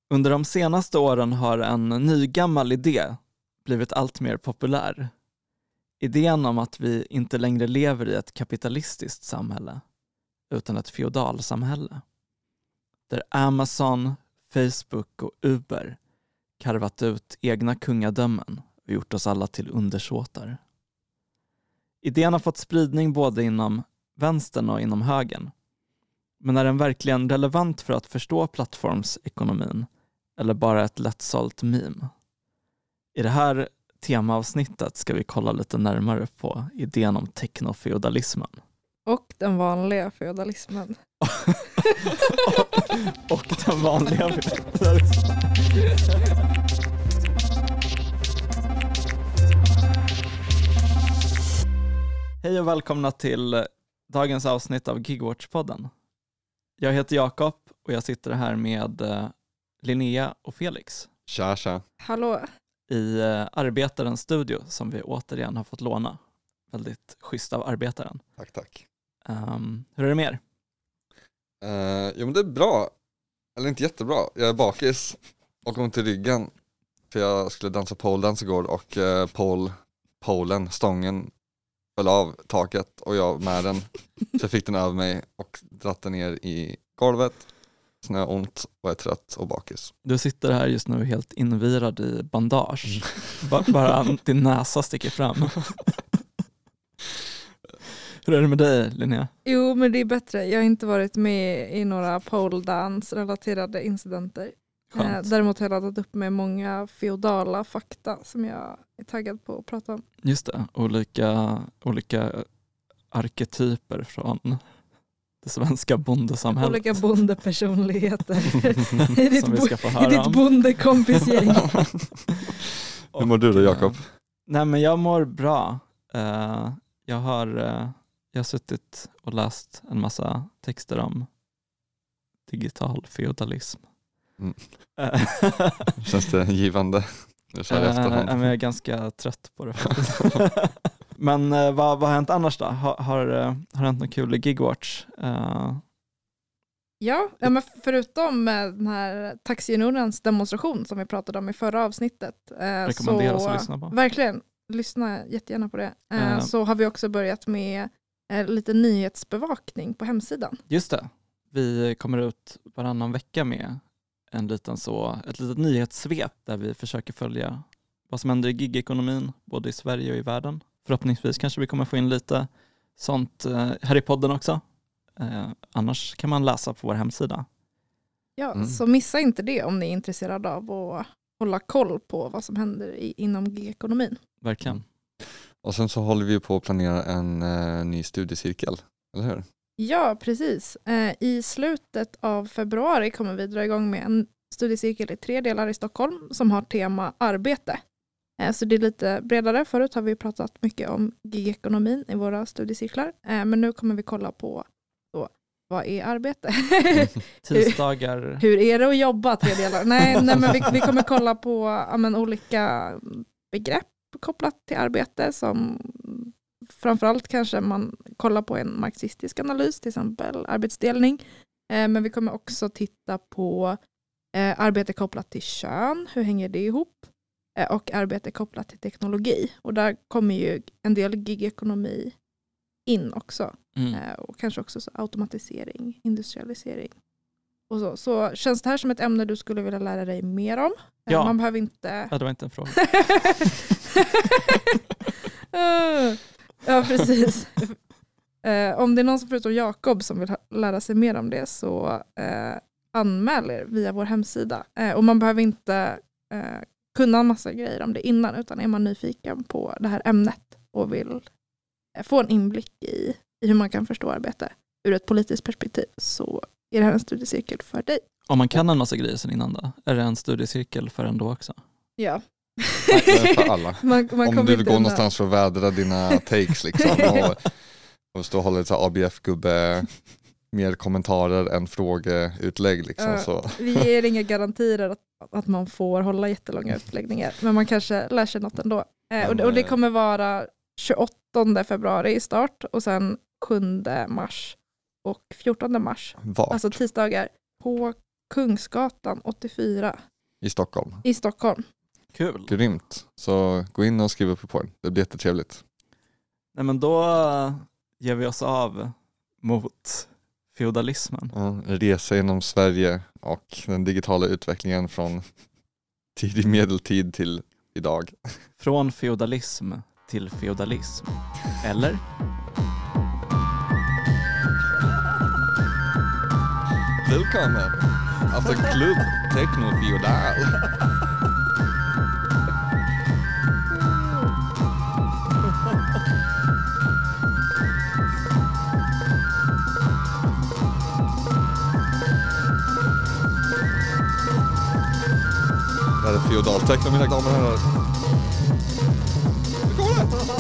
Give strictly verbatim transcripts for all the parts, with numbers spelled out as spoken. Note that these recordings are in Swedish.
Under de senaste åren har en ny gammal idé blivit allt mer populär. Idén om att vi inte längre lever i ett kapitalistiskt samhälle utan ett feodalsamhälle. Där Amazon, Facebook och Uber karvat ut egna kungadömen och gjort oss alla till undersåtar. Idén har fått spridning både inom vänstern och inom högern. Men är den verkligen relevant för att förstå plattformsekonomin eller bara ett lättsålt meme? I det här temaavsnittet ska vi kolla lite närmare på idén om teknofeudalismen. Och den vanliga feudalismen. och den vanliga feudalismen. Hej och välkomna till dagens avsnitt av Gigwatch-podden. Jag heter Jakob och jag sitter här med Linnea och Felix. Tja, tja. Hallå. I Arbetarens studio som vi återigen har fått låna. Väldigt schysst av Arbetaren. Tack, tack. Um, hur är det med er? Uh, jo, men det är bra. Eller inte jättebra. Jag är bakis och ont i ryggen. För jag skulle dansa pole dance igår och uh, pole, polen, stången föll av taket och jag med den. Så jag fick den över mig och dratt den ner i golvet. Så nu har jag ont och är trött och bakis. Du sitter här just nu helt invirad i bandage. B- bara din näsa sticker fram. Hur är det med dig, Linnea? Jo, men det är bättre. Jag har inte varit med i några pole dance-relaterade incidenter. Eh, däremot har jag laddat upp med många feodala fakta som jag är taggad på att prata om. Just det, olika, olika arketyper från det svenska bondesamhället. Olika bondepersonligheter. I ditt, som vi ska få höra i ditt om. bondekompisgäng. Hur mår du då, Jakob? Nej, men jag mår bra. Uh, jag, har, uh, jag har suttit och läst en massa texter om digital feudalism. Mm. Känns det givande? Jag, uh, jag är ganska trött på det. Men uh, vad, vad har hänt annars då? Har, har, uh, har det hänt något kul i Gigwatch? Uh, ja, ja, men förutom den här taxiunionens demonstration som vi pratade om i förra avsnittet. Uh, rekommenderas så, att lyssna på. Verkligen, lyssna jättegärna på det. Uh, uh, så har vi också börjat med uh, lite nyhetsbevakning på hemsidan. Just det. Vi kommer ut varannan vecka med en liten så, ett litet nyhetssvep där vi försöker följa vad som händer i gigekonomin både i Sverige och i världen. Förhoppningsvis kanske vi kommer få in lite sånt eh, här i podden också. Eh, annars kan man läsa på vår hemsida. Ja, mm. så missa inte det om ni är intresserade av att hålla koll på vad som händer i, inom gigekonomin. Verkligen. Och sen så håller vi på att planera en uh, ny studiecirkel, eller hur? Ja, precis. Eh, I slutet av februari kommer vi dra igång med en studiecirkel i tre delar i Stockholm som har tema arbete. Eh, så det är lite bredare. Förut har vi pratat mycket om gigekonomin i våra studiecirklar. Eh, men nu kommer vi kolla på så, vad är arbete? Tisdagar. hur, hur är det att jobba tre delar? nej, nej, men vi, vi kommer kolla på ja, men, olika begrepp kopplat till arbete som framförallt kanske man kollar på en marxistisk analys, till exempel arbetsdelning. Eh, men vi kommer också titta på eh, arbete kopplat till kön. Hur hänger det ihop? Eh, och arbete kopplat till teknologi. Och där kommer ju en del gigekonomi in också. Mm. Eh, och kanske också så automatisering, industrialisering. Och så. så känns det här som ett ämne du skulle vilja lära dig mer om? Eh, Ja. Man behöver inte... Ja, det var inte en fråga. uh. Ja, precis. eh, om det är någon som förutom Jakob som vill ha, lära sig mer om det så eh, anmäl er via vår hemsida. Eh, och man behöver inte eh, kunna en massa grejer om det innan, utan är man nyfiken på det här ämnet och vill eh, få en inblick i, i hur man kan förstå arbete ur ett politiskt perspektiv, så är det här en studiecirkel för dig. Om man kan en massa grejer sen innan då, är det en studiecirkel för en då också? Ja. Nej, för alla. man, man Om du vill gå undan. någonstans för att vädra dina takes liksom, och, och stå och hålla lite A B F-gubbe, mer kommentarer än frågeutlägg liksom, uh, så. Vi ger inga garantier att, att man får hålla jättelånga utläggningar, men man kanske lär sig något ändå. Eh, och, det, och det kommer vara tjugoåttonde februari i start och sen sjunde mars och fjortonde mars. Vart? Alltså tisdagar på Kungsgatan åttiofyra I Stockholm. i Stockholm. Kul. Grymt. Så gå in och skriv upp på den. Det blir jättetrevligt. Nej, men då ger vi oss av mot feudalismen. Ja, en resa genom Sverige och den digitala utvecklingen från tidig medeltid till idag. Från feudalism till feudalism. Eller? Välkommen! Alltså klubb Techno Feudal. Det här är feudal techno, mina damer och herrar. Nu kommer det!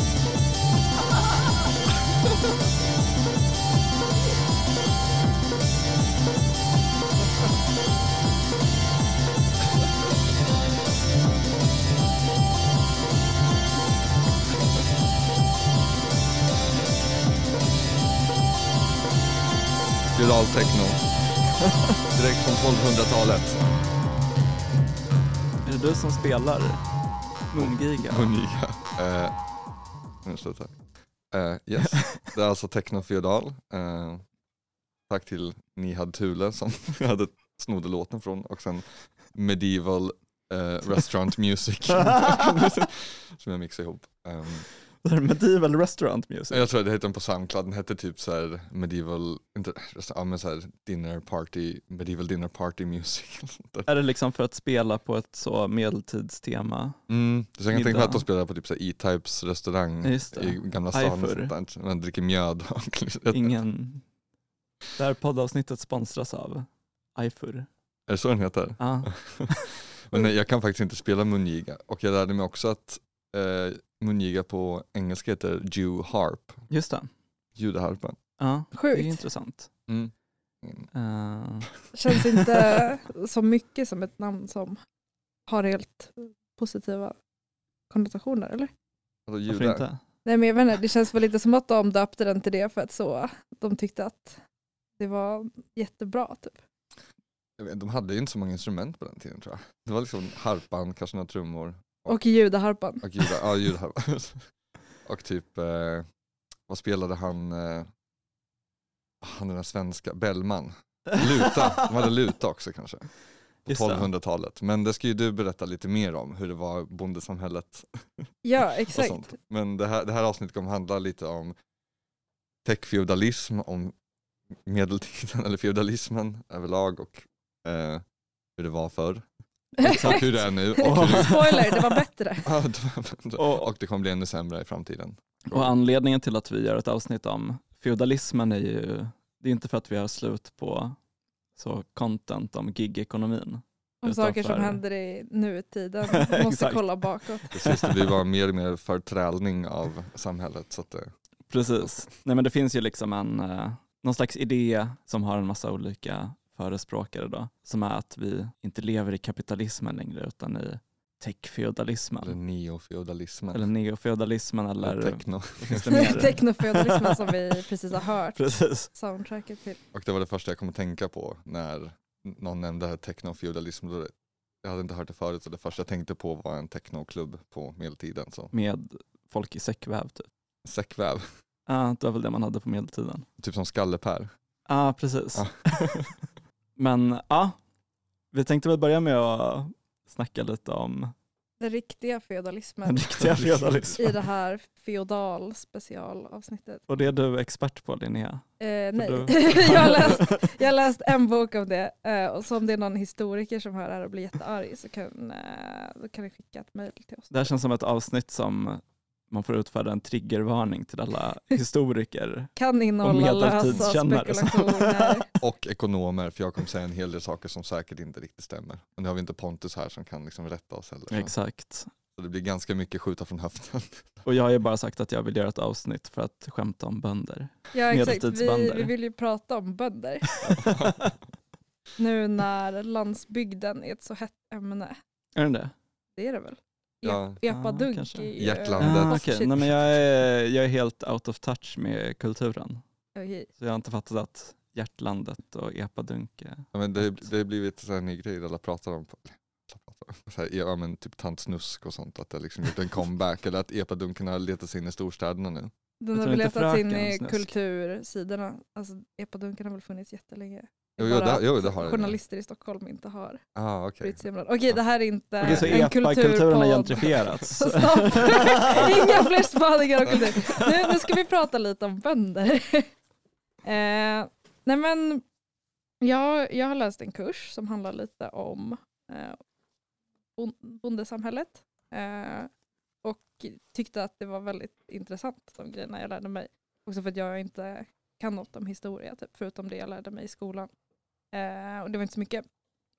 Feudal techno. Direkt från tolvhundratalet. Är det du som spelar Mungiga? Mungiga. Uh, nu slutar uh, Yes, det är alltså techno feudal. Uh, tack till Nihad Thule som jag hade snodde låten från. Och sen medieval uh, restaurant music som jag mixade ihop. Um, Medieval restaurant music? Jag tror att det heter den på SoundCloud. Den hette typ så här medieval, inte, ja, men så här dinner party, medieval dinner party music. Är det liksom för att spela på ett så medeltidstema? Mm, så jag kan tänka mig att de spelar på typ så här E-Types restaurang i Gamla stan. Och sånt, man dricker mjöd. Ingen... Det här poddavsnittet sponsras av iFur. Är det så den heter? Ja. Men nej, jag kan faktiskt inte spela Mungiga. Och jag lärde mig också att eh, Mungiga på engelska heter Jew harp. Just det. Judeharpen. Ja, Sjukt. det är intressant. Mm. Mm. Uh... Känns inte så mycket som ett namn som har helt positiva konnotationer, eller? Alltså, Varför inte? Nej, men jag vet inte, det känns väl lite som att de döpte den till det för att så de tyckte att det var jättebra typ. Jag vet, de hade ju inte så många instrument på den tiden, tror jag. Det var liksom harpan, kanske några trummor. Och, och judeharpan. Och juda, ja, judeharpan. Och typ, eh, vad spelade han, eh, han den där svenska, Bellman. Luta, de hade luta också kanske. På tolvhundratalet. Men det ska ju du berätta lite mer om, hur det var bondesamhället. Ja, exakt. Sånt. Men det här, det här avsnittet kommer handla lite om techfeudalism, om medeltiden eller feudalismen överlag och eh, hur det var förr. Och hur det är nu. Och hur... Spoiler, det var bättre. och, och det kommer bli ännu sämre i framtiden. Och anledningen till att vi gör ett avsnitt om feudalismen är ju, det är inte för att vi har slut på så content om gig-ekonomin. Om saker för... som händer i nutiden. Måste kolla bakåt. Precis, det blir bara mer och mer förträlning av samhället. Så att det... Precis. Nej, men det finns ju liksom en, eh, någon slags idé som har en massa olika förespråkare då, som är att vi inte lever i kapitalismen längre utan i techfeudalismen. Eller neofeudalismen. Eller neofeudalismen eller, eller techno. Technofeudalismen som vi precis har hört. Precis. Soundtracket till. Och det var det första jag kom att tänka på när någon nämnde här technofeudalism. Jag hade inte hört det förut, så det första jag tänkte på var en technoklubb på medeltiden. Så. Med folk i säckväv typ. Säckväv? Ja, det var väl det man hade på medeltiden. Typ som skallepär. Ja, precis. Ah. Men ja, vi tänkte väl börja med att snacka lite om den riktiga feudalismen. Den riktiga feudalismen. I det här feudal specialavsnittet. Och det är du expert på, Linnea? Eh, nej, du... jag, har läst, jag har läst en bok om det. Eh, och så om det är någon historiker som hör det här och blir jättearg så kan, eh, då kan ni skicka ett mejl till oss. Det här känns som ett avsnitt som man får utfärda en triggervarning till alla historiker. Kan innehålla lösa spekulationer. Och ekonomer, för jag kommer säga en hel del saker som säkert inte riktigt stämmer. Men det har vi inte Pontus här som kan liksom rätta oss heller. Så. Exakt. Så det blir ganska mycket skjuta från höften. Och jag har ju bara sagt att jag vill göra ett avsnitt för att skämta om bönder. Ja, exakt. Vi, vi vill ju prata om bönder. Nu när landsbygden är ett så hett ämne. Är det det? Det är det väl? Ja. Epadunk ah, i Hjärtlandet. Ah, okay. Nej, men jag, är, jag är helt out of touch med kulturen. Okay. Så jag har inte fattat att Hjärtlandet och epadunke. Ja, men det, det har blivit så här en ny grej alla pratar om. Alla pratar om så här, ja, men typ Tant Snusk och sånt. Att det liksom gjort en comeback. Eller att epadunken har letat sig in i storstäderna nu. Den har väl letat in i kultursidorna. Alltså epadunken har väl funnits jättelänge. Jo, jo, det, jo, det har journalister i Stockholm inte har. Ah, okay. Okej, okay, det här är inte okay, så en kulturen har gentrifierats. Inga fler spaningar om kultur. Nu, nu ska vi prata lite om bönder. eh, nej men, jag, jag har läst en kurs som handlar lite om eh, bondesamhället. Eh, och tyckte att det var väldigt intressant, de grejerna jag lärde mig. Också för att jag inte kan något om historia, typ, förutom det jag lärde mig i skolan. Eh, och det var inte så mycket.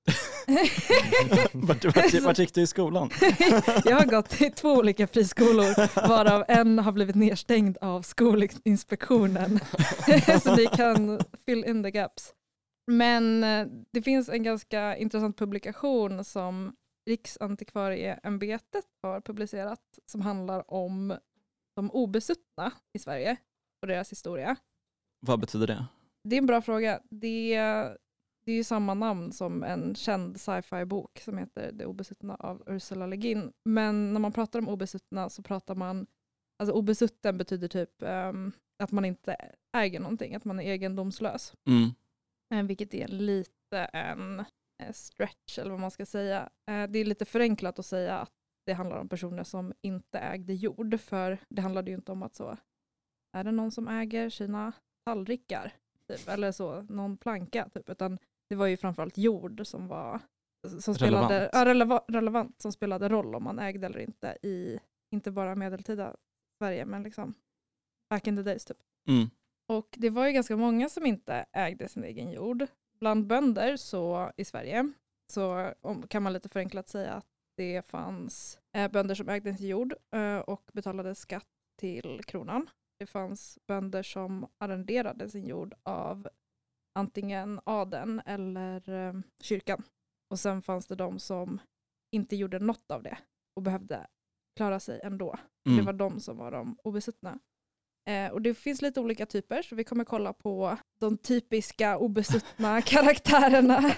vart, vart, vart gick du i skolan? Jag har gått till två olika friskolor, varav en har blivit nedstängd av Skolinspektionen. Så ni kan fill in the gaps. Men det finns en ganska intressant publikation som Riksantikvarieämbetet har publicerat som handlar om de obesuttna i Sverige och deras historia. Vad betyder det? Det är en bra fråga. Det är, det är ju samma namn som en känd sci-fi-bok som heter Det obesuttna av Ursula Le Guin. Men när man pratar om obesuttna så pratar man, alltså obesutten betyder typ um, att man inte äger någonting, att man är egendomslös. Mm. Vilket är lite en stretch eller vad man ska säga. Det är lite förenklat att säga att det handlar om personer som inte ägde jord, för det handlade ju inte om att så är det någon som äger sina tallrikar typ, eller så, någon planka typ, utan det var ju framförallt jord som var som spelade, relevant. Ja, releva, relevant som spelade roll om man ägde eller inte i, inte bara medeltida Sverige, men liksom back in the days typ. Mm. Och det var ju ganska många som inte ägde sin egen jord. Bland bönder så i Sverige så kan man lite förenklat säga att det fanns eh, bönder som ägde sin jord eh, och betalade skatt till kronan. Det fanns bönder som arrenderade sin jord av antingen adeln eller eh, kyrkan. Och sen fanns det de som inte gjorde något av det och behövde klara sig ändå. Mm. Det var de som var de obesuttna. Eh, och det finns lite olika typer, så vi kommer kolla på de typiska obesuttna karaktärerna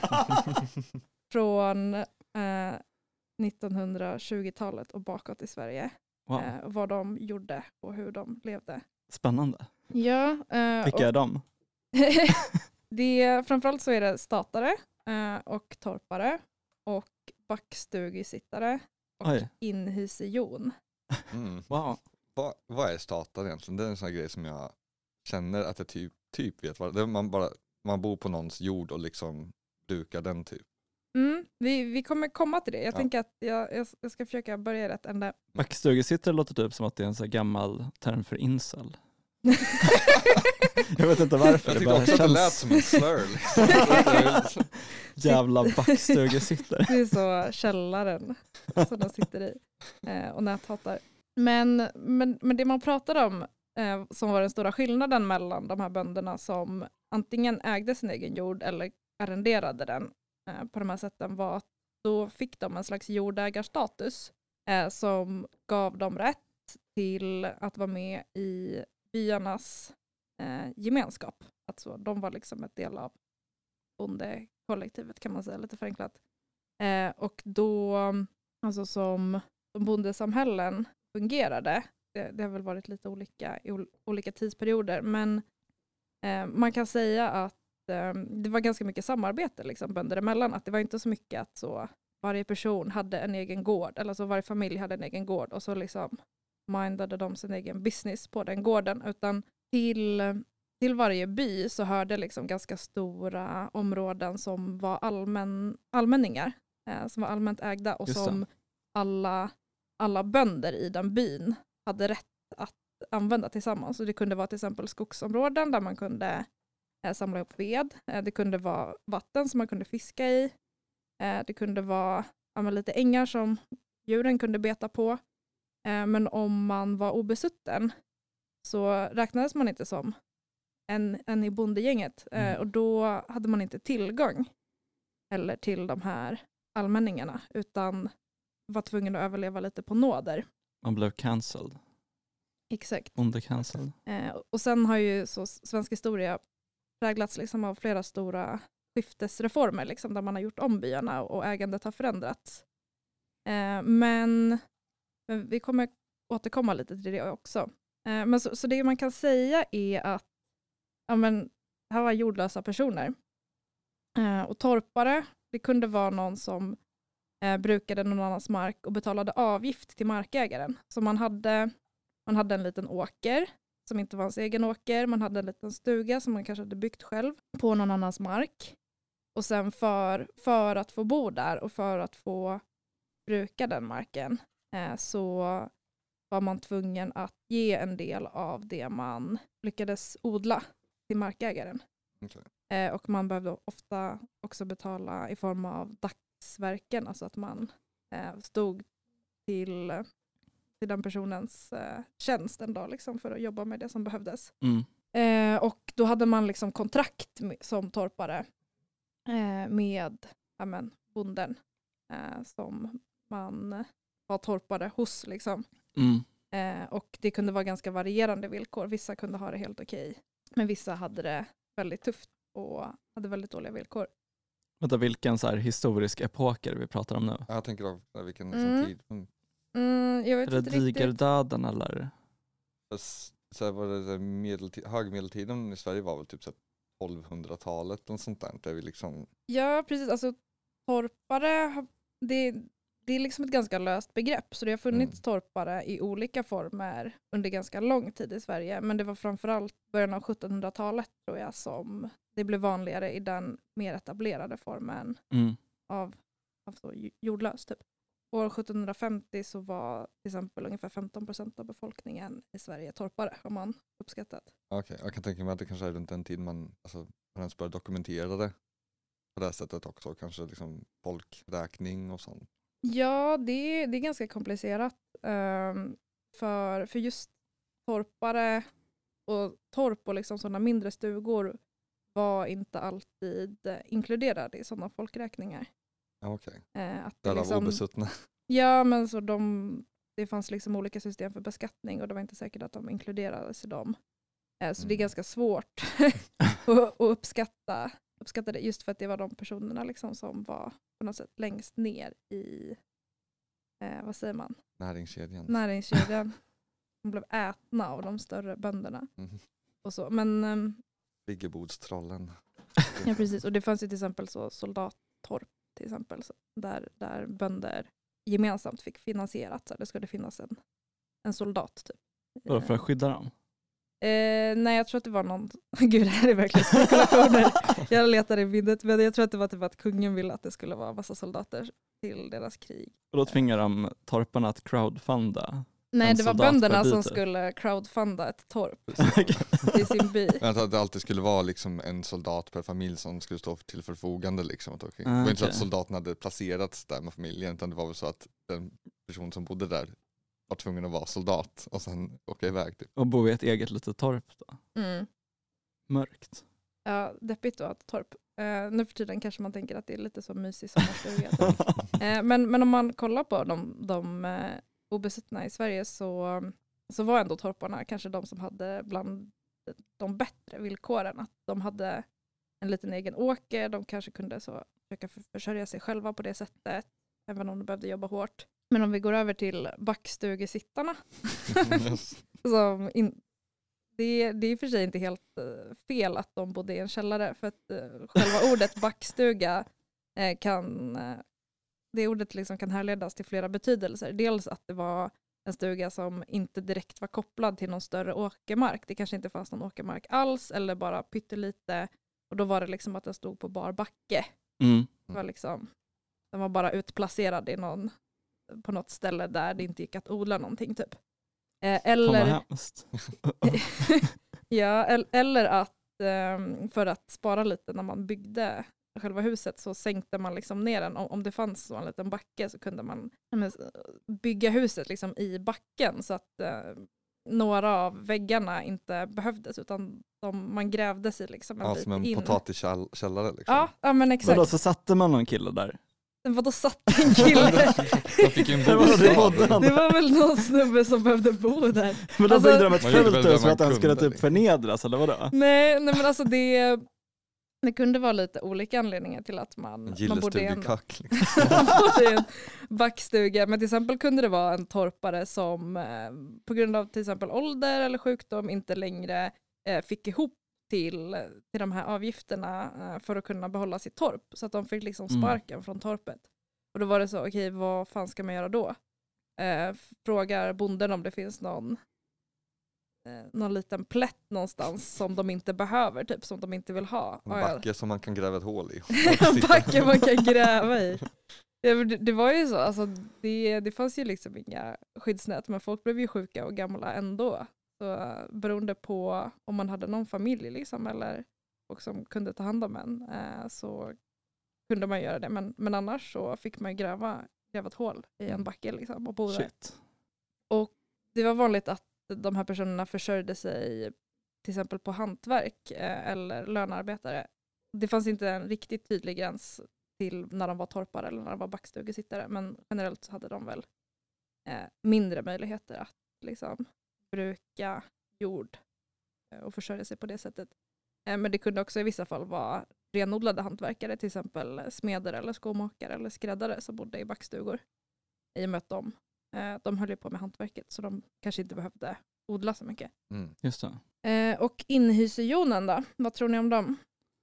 från eh, nittonhundratjugotalet och bakåt i Sverige. Wow. Eh, vad de gjorde och hur de levde. Spännande. Ja. Eh, Vilka och är de? det, framförallt så är det statare eh, och torpare och backstugesittare och Oj. inhysejon. Mm. Wow. Vad, vad är statare egentligen? Det är en sån här grej som jag känner att jag typ, typ vet vad det är. Man, bara, man bor på någons jord och liksom brukar den typ. Mm, vi, vi kommer komma till det. Jag ja. tänker att jag, jag, jag ska försöka börja rätt ända. Backstugesittare låter typ som att det är en så här gammal term för incel. Jag vet inte varför. Jag tyckte det bara också känns... att det lät som en slur. Liksom. Jävla backstugesittare. Det är så källaren som de sitter i eh, och näthatar. Men, men, men det man pratar om eh, som var den stora skillnaden mellan de här bönderna som antingen ägde sin egen jord eller arrenderade den eh, på de här sätten var att då fick de en slags jordägarstatus eh, som gav dem rätt till att vara med i byarnas eh, gemenskap. Alltså, de var liksom ett del av bondekollektivet kan man säga lite förenklat. Eh, och då, alltså som de bondesamhällen fungerade, det, det har väl varit lite olika i ol, olika tidsperioder, men eh, man kan säga att eh, det var ganska mycket samarbete liksom, bönder emellan, att det var inte så mycket att så varje person hade en egen gård, eller så varje familj hade en egen gård och så liksom mindade de sin egen business på den gården, utan till, till varje by så hörde liksom ganska stora områden som var allmän, allmänningar, eh, som var allmänt ägda och som alla, alla bönder i den byn hade rätt att använda tillsammans. Så det kunde vara till exempel skogsområden där man kunde eh, samla upp ved. Eh, det kunde vara vatten som man kunde fiska i. Eh, det kunde vara ja, men lite ängar som djuren kunde beta på. Eh, men om man var obesutten så räknades man inte som en, en i bondegänget. Eh, Mm. och då hade man inte tillgång eller till de här allmänningarna, utan var tvungen att överleva lite på nåder. Man blev cancelled. Exakt. Bonde-cancelled. Eh, och sen har ju så svensk historia präglats liksom av flera stora skiftesreformer liksom, där man har gjort om byarna och ägandet har förändrats. Eh, men, men vi kommer återkomma lite till det också. Eh, men så, så det man kan säga är att ja, men, här var jordlösa personer. Eh, och torpare, det kunde vara någon som eh, brukade någon annans mark och betalade avgift till markägaren. Så man hade, man hade en liten åker som inte var ens egen åker. Man hade en liten stuga som man kanske hade byggt själv på någon annans mark. Och sen för, för att få bo där och för att få bruka den marken eh, så var man tvungen att ge en del av det man lyckades odla till markägaren. Okay. Eh, och man behövde ofta också betala i form av dagsverken, alltså att man eh, stod till, till den personens eh, tjänst en dag liksom, för att jobba med det som behövdes. Mm. Eh, och då hade man liksom kontrakt med, som torpare eh, med ja, men, bonden eh, som man var torpare hos. Liksom. Mm. Eh, och det kunde vara ganska varierande villkor. Vissa kunde ha det helt okej. Men vissa hade det väldigt tufft och hade väldigt dåliga villkor. Vänta, vilken så här historisk epoker vi pratar om nu? Jag tänker av vilken liksom, Mm. tidpunkt. Mm, jag vet Är det inte riktigt. digerdöden eller? Så här var det så här medeltid, högmedeltiden i Sverige var väl typ så här tolvhundratalet och sånt där. Där vi liksom... Ja, precis. Alltså torpare, det, det är liksom ett ganska löst begrepp. Så det har funnits Mm. torpare i olika former under ganska lång tid i Sverige. Men det var framförallt början av sjuttonhundratalet tror jag som det blev vanligare i den mer etablerade formen Mm. av, av så jordlös typ. År sjuttonhundrafemtio så var till exempel ungefär femton procent av befolkningen i Sverige torpare, har man uppskattat. Okej, okay. Jag kan tänka mig att det kanske är runt den tid man, alltså, man ens började dokumentera det på det här sättet också. Kanske liksom folkräkning och sånt. Ja, det, det är ganska komplicerat. Um, för, för just torpare och torp och liksom sådana mindre stugor var inte alltid inkluderade i sådana folkräkningar. Ja, okej. Okay. Uh, att det Därav liksom, obesuttna. ja, men så de, det fanns liksom olika system för beskattning och det var inte säkert att de inkluderades i dem. Uh, så Mm. det är ganska svårt att, att uppskatta, uppskatta det just för att det var de personerna liksom som var på något sätt längst ner i Eh, vad säger man? Näringskedjan. Näringskedjan. De blev ätna av de större bönderna. Mm. Och så. Men, ehm, Biggebodstrollen. ja, precis. Och det fanns ju till exempel så soldattorp till exempel. Så där, där bönder gemensamt fick finansierat. Så det skulle finnas en, en soldat typ. Vadå, för att skydda dem? Eh, nej, jag tror att det var någon... Gud, det här är verkligen spekulationer. Jag letar i minnet. Men jag tror att det var typ att kungen ville att det skulle vara massa soldater till deras krig. Och då tvingar de torparna att crowdfunda? Nej, En det var soldat bönderna per by, som typ. skulle crowdfunda ett torp i sin by. Men att det alltid skulle vara liksom en soldat per familj som skulle stå till förfogande. Liksom. Det var Ah, inte så okej. att soldaten hade placerats där med familjen, utan det var väl så att den person som bodde där var tvungen att vara soldat och sen åka iväg. Typ. Och bo i ett eget litet torp då? Mm. Mörkt. Ja, deppigt då att torp. Uh, nu för tiden kanske man tänker att det är lite så mysigt sommarstuga. Typ. uh, men, men om man kollar på de, de uh, obesuttna i Sverige så, så var ändå torparna kanske de som hade bland de bättre villkoren. Att de hade en liten egen åker, de kanske kunde så försöka för, försörja sig själva på det sättet, även om de behövde jobba hårt. Men om vi går över till backstugesittarna, Yes. som in, det, det är i och för sig inte helt uh, fel att de bodde i en källare, för att uh, själva ordet backstuga uh, kan, uh, det ordet liksom kan härledas till flera betydelser. Dels att det var en stuga som inte direkt var kopplad till någon större åkermark. Det kanske inte fanns någon åkermark alls eller bara pyttelite, och då var det liksom att den stod på bar backe. Mm. Det var liksom, den var bara utplacerad i någon, på något ställe där det inte gick att odla någonting typ. Eh, Fan vad eller, hemskt. ja, el- eller att eh, för att spara lite när man byggde själva huset så sänkte man liksom ner den. Om, om det fanns så en liten backe så kunde man men, bygga huset liksom i backen så att eh, några av väggarna inte behövdes, utan de, man grävde sig liksom en Ja, bit som en in. potatiskällare liksom. Ja, ja, men exakt. Vadå, så satte man någon kille där? Men vadå satt en kille? Jag fick ju en Det var, det bostad. var, Det var väl någon snubbe som behövde bo där. men då Alltså- byggde de ett Man gjorde väl filter det så man att han skulle kunde, typ förnedras, eller vadå? Nej, nej men alltså det, det kunde vara lite olika anledningar till att man, En man bodde i en, gillestugekack. Liksom. man bodde i en backstuga. Men till exempel kunde det vara en torpare som eh, på grund av till exempel ålder eller sjukdom inte längre eh, fick ihop till, till de här avgifterna eh, för att kunna behålla sitt torp. Så att de fick liksom Mm. sparken från torpet. Och då var det så, okej okay, vad fan ska man göra då? Eh, frågar bonden om det finns någon eh, någon liten plätt någonstans som de inte behöver, typ som de inte vill ha. En Och jag- backe som man kan gräva ett hål i. en backe man kan gräva i. Ja, men det, det var ju så, alltså, det, det fanns ju liksom inga skyddsnät, men folk blev ju sjuka och gamla ändå. Så uh, beroende på om man hade någon familj liksom, eller folk som kunde ta hand om en, uh, så kunde man göra det. Men, men annars så fick man ju gräva, gräva ett hål i en backe liksom, och bo där. Shit. Och det var vanligt att de här personerna försörjde sig till exempel på hantverk eh, eller lönearbetare. Det fanns inte en riktigt tydlig gräns till när de var torpare eller när de var backstugesittare, men generellt så hade de väl eh, mindre möjligheter att liksom bruka jord eh, och försörja sig på det sättet. Eh, men det kunde också i vissa fall vara renodlade hantverkare, till exempel smeder eller skomakare eller skräddare som bodde i backstugor. I och med att de, eh, de höll ju på med hantverket, så de kanske inte behövde odla så mycket. Mm. Just det. Eh, och inhyserjonen då? Vad tror ni om dem?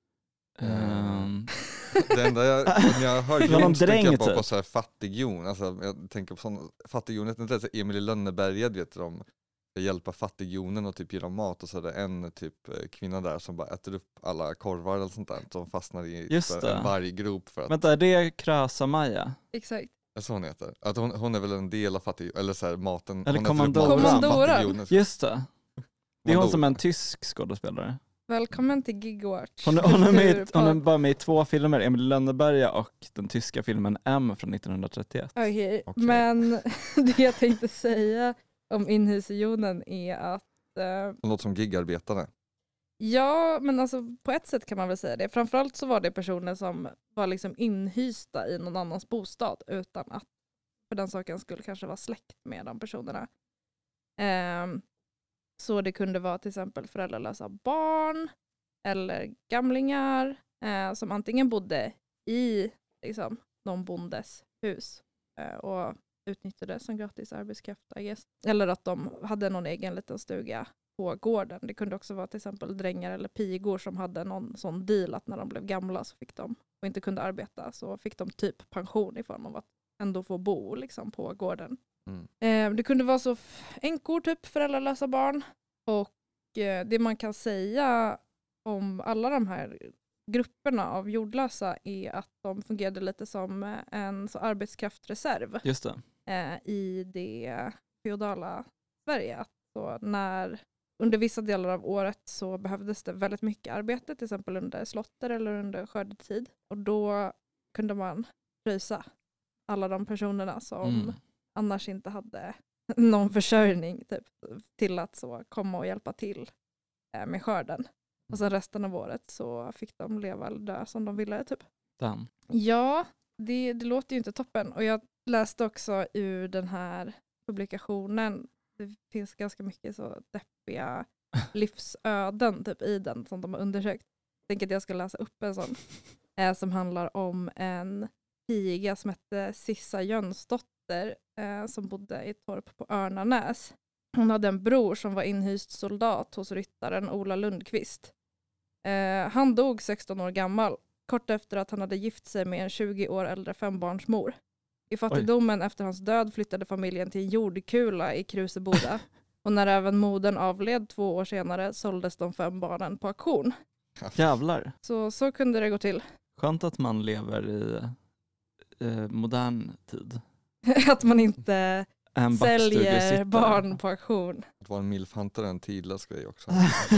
Ehm, Det enda jag, när jag hör Det var någon jon så tänker dräng, jag bara på typ. så här fattigjon. Alltså, jag tänker på sån fattigjonet, inte så Emil i Lönneberga, vet du, de ska hjälpa fattigjonen och typ ge dem mat, och så är det en typ eh, kvinna där som bara äter upp alla korvar eller sånt där, som fastnar i Just så det. här en varggrop för att, vänta, är det Krösa-Maja? Exakt. är så hon heter? Att hon, hon är väl en del av fattig, eller så här maten. Eller hon äter upp Kommandoran. maten som Kommandoran. fattigjonen. Just det. Det är hon Kommandoran. som är en tysk skådespelare. Välkommen till Gigwatch. Hon, hon, är med, i- hon är Kulturpodd. bara med i två filmer, Emil i Lönneberga och den tyska filmen M från nittonhundratrettioett. Okej, Okej. men det jag tänkte säga om inhyserjonen är att eh, Hon låter som gigarbetare. ja, men alltså på ett sätt kan man väl säga det. Framförallt så var det personer som var liksom inhysta i någon annans bostad utan att för den saken skulle kanske vara släkt med de personerna. Ehm, så det kunde vara till exempel föräldralösa barn eller gamlingar eh, som antingen bodde i liksom, någon bondes hus eh, och utnyttjade som gratis arbetskraft, I guess. Eller att de hade någon egen liten stuga på gården. Det kunde också vara till exempel drängar eller pigor som hade någon sån deal att när de blev gamla så fick de, och inte kunde arbeta, så fick de typ pension i form av att ändå få bo liksom, på gården. Mm. Eh, det kunde vara så f- änkor, typ föräldralösa barn. Och eh, det man kan säga om alla de här grupperna av jordlösa är att de fungerade lite som eh, en så arbetskraftreserv Just det. eh, i det feodala Sverige. Att så när, under vissa delar av året så behövdes det väldigt mycket arbete, till exempel under slotter eller under skördetid. Och då kunde man pröjsa alla de personerna som Mm. annars inte hade någon försörjning typ, till att så komma och hjälpa till eh, med skörden. Och sen resten av året så fick de leva eller dö som de ville typ. Den. Ja, det, det låter ju inte toppen. Och jag läste också ur den här publikationen, det finns ganska mycket så deppiga livsöden typ, i den som de har undersökt. Jag tänker att jag ska läsa upp en sån eh, som handlar om en piga som hette Sissa Jönsdotter eh, som bodde i ett torp på Örnanäs. Hon hade en bror som var inhyst soldat hos ryttaren Ola Lundqvist. Eh, han dog sexton år gammal, kort efter att han hade gift sig med en tjugo år äldre fembarnsmor. I fattigdomen efter hans död flyttade familjen till en jordkula i Kruseboda. Och när även modern avled två år senare såldes de fem barnen på auktion. Jävlar. Så, så kunde det gå till. Skönt att man lever i eh, modern tid. Att man inte En säljer backstugesittare. barn på auktion. Att vara en milfhantare är en tidlös grej också.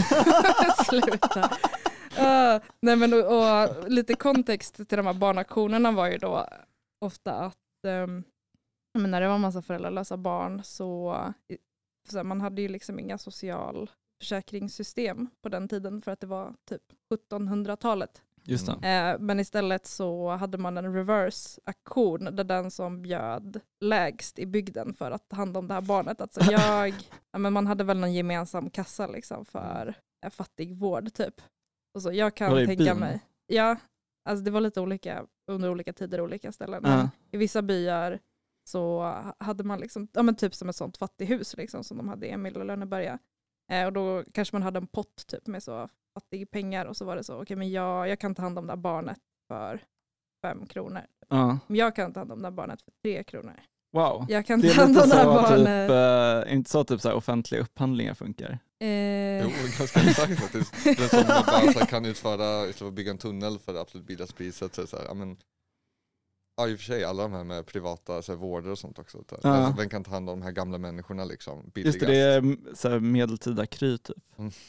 Sluta. Uh, nej men, och, och lite kontext till de här barnauktionerna var ju då ofta att um, men när det var en massa föräldralösa barn så, så man hade ju liksom inga socialförsäkringssystem på den tiden för att det var typ sjuttonhundratalet. Just det. Eh, men istället så hade man en reverse-aktion där den som bjöd lägst i bygden för att ta hand om det här barnet. Alltså jag, ja, men man hade väl någon gemensam kassa liksom för eh, fattigvård typ. Och så jag kan Var det i tänka byn? mig. Ja, alltså det var lite olika under olika tider, olika ställen. Men Ja. i vissa byar så hade man liksom, ja men typ som ett sånt fattighus liksom som de hade i Emil och Lönneberga. Eh, och då kanske man hade en pott typ med så fattig pengar och så var det så, okej okay, men jag, jag kan ta hand om det här barnet för fem kronor. Ja. Men jag kan ta hand om det här barnet för tre kronor. Wow. Jag kan Det ta är hand om lite det här så barnet. typ, uh, inte så typ så här offentliga upphandlingar funkar. Eh, Jo, ganska exakt faktiskt. Den som bara så här, kan utföra, istället för att bygga en tunnel för det absolut billigaste priset. Så är det så här, ja, men, ja, i och för sig alla de här med privata så här, vårder och sånt också. Så, Ja. alltså, vem kan ta hand om de här gamla människorna liksom, billigast? Just det, det är mm, så här medeltida kry typ.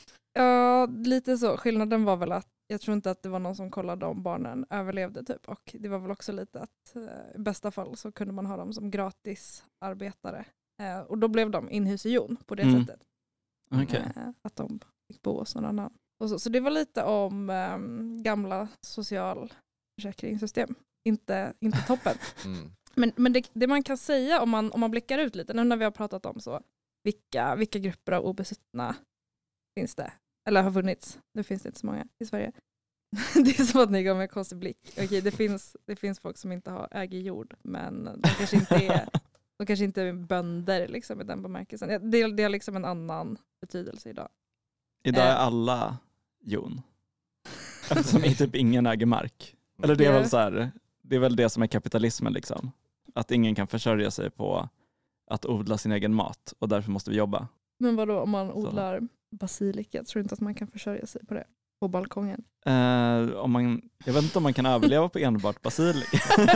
ja, lite så. Skillnaden var väl att jag tror inte att det var någon som kollade om barnen överlevde typ. Och det var väl också lite att eh, i bästa fall så kunde man ha dem som gratis arbetare. Eh, och då blev de inhysion på det Mm. sättet. Okej. Eh, att de fick bo hos någon annan. Och så, så det var lite om eh, gamla socialförsäkringssystem. Inte, inte toppen. Mm. Men, men det, det man kan säga om man, om man blickar ut lite, nu när vi har pratat om så, vilka, vilka grupper av obesuttna finns det? Eller har funnits? Nu finns det inte så många i Sverige. Det är som att ni går med en konstig blick. Okej, det finns, det finns folk som inte har äger jord, men de kanske inte är, de kanske inte är bönder liksom, i den bemärkelsen. Det, det är liksom en annan betydelse idag. Idag är Eh. alla jon. Eftersom typ ingen äger mark. Eller det är Ja. väl så här, det är väl det som är kapitalismen liksom. Att ingen kan försörja sig på att odla sin egen mat och därför måste vi jobba. Men vadå, om man odlar basilika, jag tror inte att man kan försörja sig på det. På balkongen. Eh, om man, jag vet inte om man kan överleva på enbart basilika.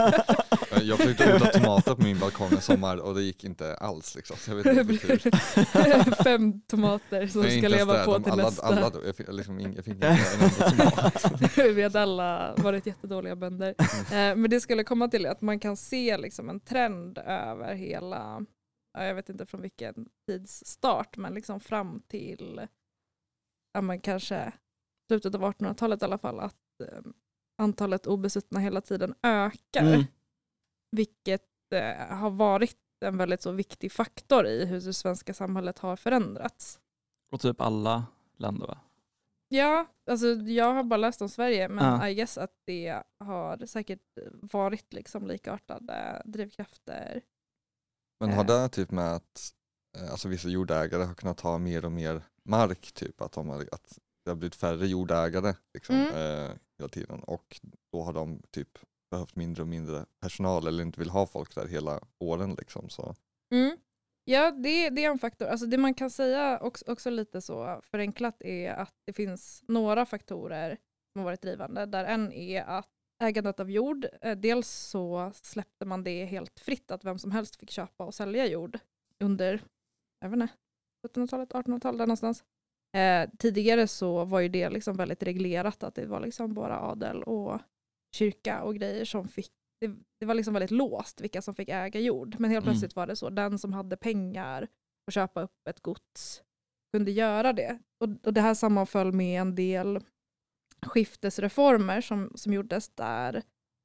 Jag försökte odla tomater på min balkong en sommar och det gick inte alls liksom. Så jag vet inte hur. Fem tomater som Nej, ska inte ens leva det. på De, till alla, nästa. alla, då. jag fick, liksom, ing- jag fick inte en enda tomat. Vi hade alla varit jättedåliga bönder. Eh, men det skulle komma till att man kan se liksom en trend över hela, ja, jag vet inte från vilken tidsstart, men liksom fram till ja, men kanske slutet av artonhundratalet i alla fall, att eh, antalet obesuttna hela tiden ökar. Mm. Vilket eh, har varit en väldigt så viktig faktor i hur det svenska samhället har förändrats. Och typ alla länder va? Ja, alltså jag har bara läst om Sverige, men Ja. I guess att det har säkert varit liksom likartade drivkrafter. Men har det typ med att eh, alltså vissa jordägare har kunnat ta mer och mer mark, typ att, de har, att det har blivit färre jordägare liksom, Mm. eh, hela tiden, och då har de typ behövt mindre och mindre personal eller inte vill ha folk där hela åren liksom, så. Mm. Ja, det, det är en faktor. Alltså det man kan säga också, också lite så förenklat är att det finns några faktorer som har varit drivande. Där en är att ägandet av jord, eh, dels så släppte man det helt fritt att vem som helst fick köpa och sälja jord under, jag vet inte, sjuttonhundratalet, artonhundratalet där någonstans. Eh, tidigare så var ju det liksom väldigt reglerat, att det var liksom bara adel och kyrka och grejer som fick, det, det var liksom väldigt låst vilka som fick äga jord. Men helt Mm. plötsligt var det så, den som hade pengar och köpa upp ett gods kunde göra det. Och, och det här sammanföll med en del skiftesreformer som, som gjordes där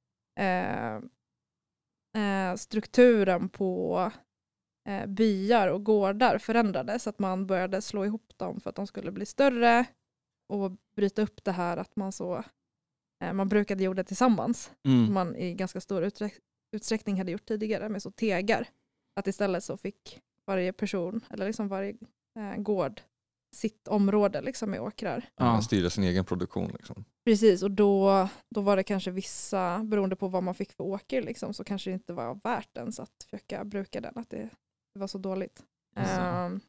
eh, eh, strukturen på eh, byar och gårdar förändrades, så att man började slå ihop dem för att de skulle bli större och bryta upp det här att man så eh, man brukade jorden tillsammans, Mm. som man i ganska stor utsträck- utsträckning hade gjort tidigare med så tegar, att istället så fick varje person eller liksom varje eh, gård sitt område liksom med åkrar. Ja. Man styr sin egen produktion liksom. Precis, och då, då var det kanske vissa, beroende på vad man fick för åker liksom, så kanske det inte var värt ens att försöka bruka den, att det, det var så dåligt. Just det. Ehm,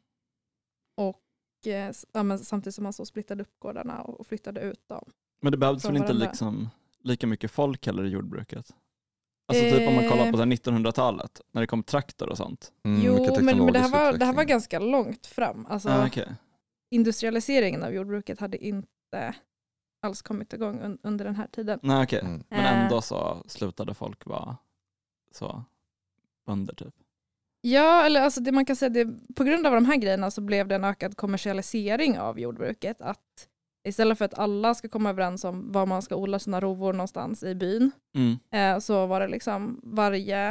och eh, s- ja, men samtidigt som man så splittade upp gårdarna och, och flyttade ut dem. Men det behövdes Från väl inte varandra. liksom lika mycket folk heller i jordbruket? Alltså typ om man kollar på så här nittonhundratalet, när det kom traktor och sånt. Mm, jo, mycket men, men det, här teknologisk var, det här var utveckling. ganska långt fram. Alltså, Ah, okej. industrialiseringen av jordbruket hade inte alls kommit igång un, under den här tiden. Nej, okej. Mm. Men Eh. ändå så slutade folk vara så bönder typ. Ja, eller alltså det man kan säga, det, på grund av de här grejerna så blev det en ökad kommersialisering av jordbruket. Att istället för att alla ska komma överens om var man ska odla sina rovor någonstans i byn, Mm. eh, så var det liksom varje,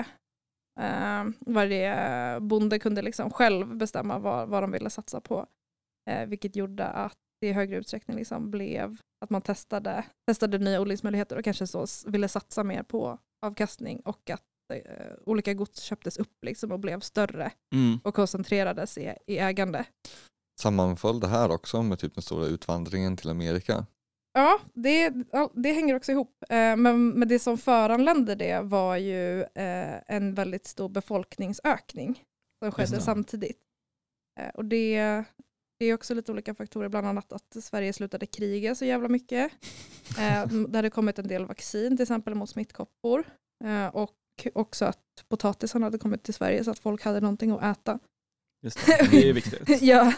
eh, varje bonde kunde liksom själv bestämma vad, vad de ville satsa på. Eh, vilket gjorde att det i högre utsträckning liksom blev att man testade, testade nya odlingsmöjligheter och kanske så ville satsa mer på avkastning och att eh, olika gods köptes upp liksom och blev större Mm. och koncentrerades i, i ägande. Sammanföll det här också med typ den stora utvandringen till Amerika? Ja, det, ja, det hänger också ihop. Eh, men, men det som föranledde det var ju eh, en väldigt stor befolkningsökning som skedde det. samtidigt. Eh, och det, det är också lite olika faktorer, bland annat att Sverige slutade kriga så jävla mycket. Eh, det hade kommit en del vaccin till exempel mot smittkoppor. Eh, och också att potatisen hade kommit till Sverige så att folk hade någonting att äta. Just det, det är viktigt. Ja,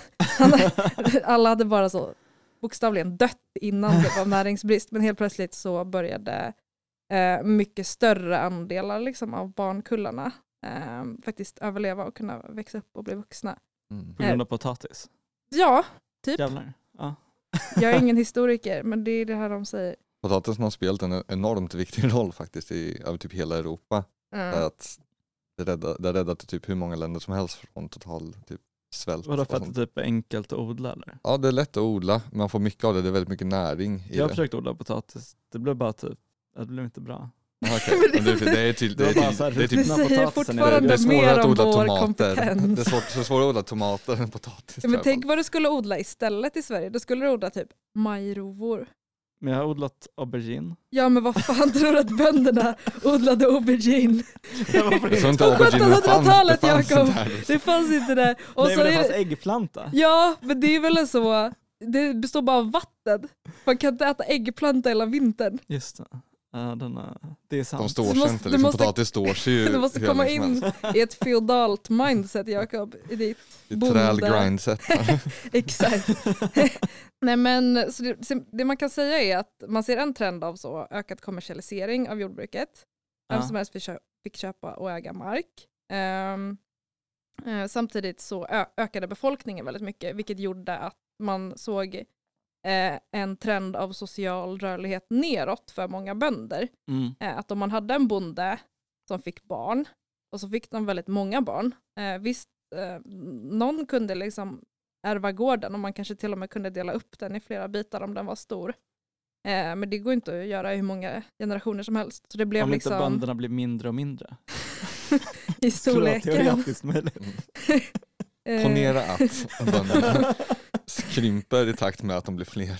alla hade bara så bokstavligen dött innan det var näringsbrist, men helt plötsligt så började eh, mycket större andelar liksom, av barnkullarna eh, faktiskt överleva och kunna växa upp och bli vuxna. Mm. På grund av potatis. Ja, typ. Jävlar. Ja. Jag är ingen historiker, men det är det här de säger. Potatisen har spelat en enormt viktig roll faktiskt i över typ hela Europa. Mm. Att det räddade, det räddade typ hur många länder som helst från total typ svält. Vadå, för och att sånt. det typ är enkelt att odla eller? Ja, det är lätt att odla. Man får mycket av det. Det är väldigt mycket näring i Jag har det. försökt odla potatis. Det blev bara typ, det blev inte bra. Ah, okay. Men det, det är till, det är Det var bara till, så här, det är Du typ, när säger potatisen är fortfarande det är svårare mer att om odla vår tomater. kompetens. Det är svårt, så svårare att odla tomater än potatis. Ja, men tror jag. tänk vad du skulle odla istället i Sverige. Då skulle du odla typ majrovor. Men jag har odlat aubergine. Ja, men vad fan tror du att bönderna odlade aubergine? Jag var på Jag tror inte På aubergine, det fanns- sjuttonhundratalet, det fanns Jakob. inte här. Det fanns inte det. Och Nej så men det är fanns det, äggplanta. ja, men det är väl så. Det består bara av vatten. Man kan inte äta äggplanta hela vintern. Just det. Ja, denna, det är sant. De står Du sig måste- inte, du liksom, måste- potatis står sig ju Du måste hur komma länge som in helst. i ett feodalt mindset, Jakob. I ditt I ett bonde. träl grindset. Exakt. Nej, men så det, så det man kan säga är att man ser en trend av så ökad kommersialisering av jordbruket. Vem Ja. som helst fick, kö- fick köpa och äga mark. Ehm, eh, samtidigt så ö- ökade befolkningen väldigt mycket, vilket gjorde att man såg eh, en trend av social rörlighet neråt för många bönder. Mm. Eh, att om man hade en bonde som fick barn och så fick de väldigt många barn. Eh, visst, eh, någon kunde liksom ärva gården och man kanske till och med kunde dela upp den i flera bitar om den var stor. Eh, men det går inte att göra i hur många generationer som helst. Så det blev Om liksom inte bönderna blir mindre och mindre. i Skulle vara storleken. teoretiskt möjligt. Eh, Ponera att bönderna krymper i takt med att de blir fler.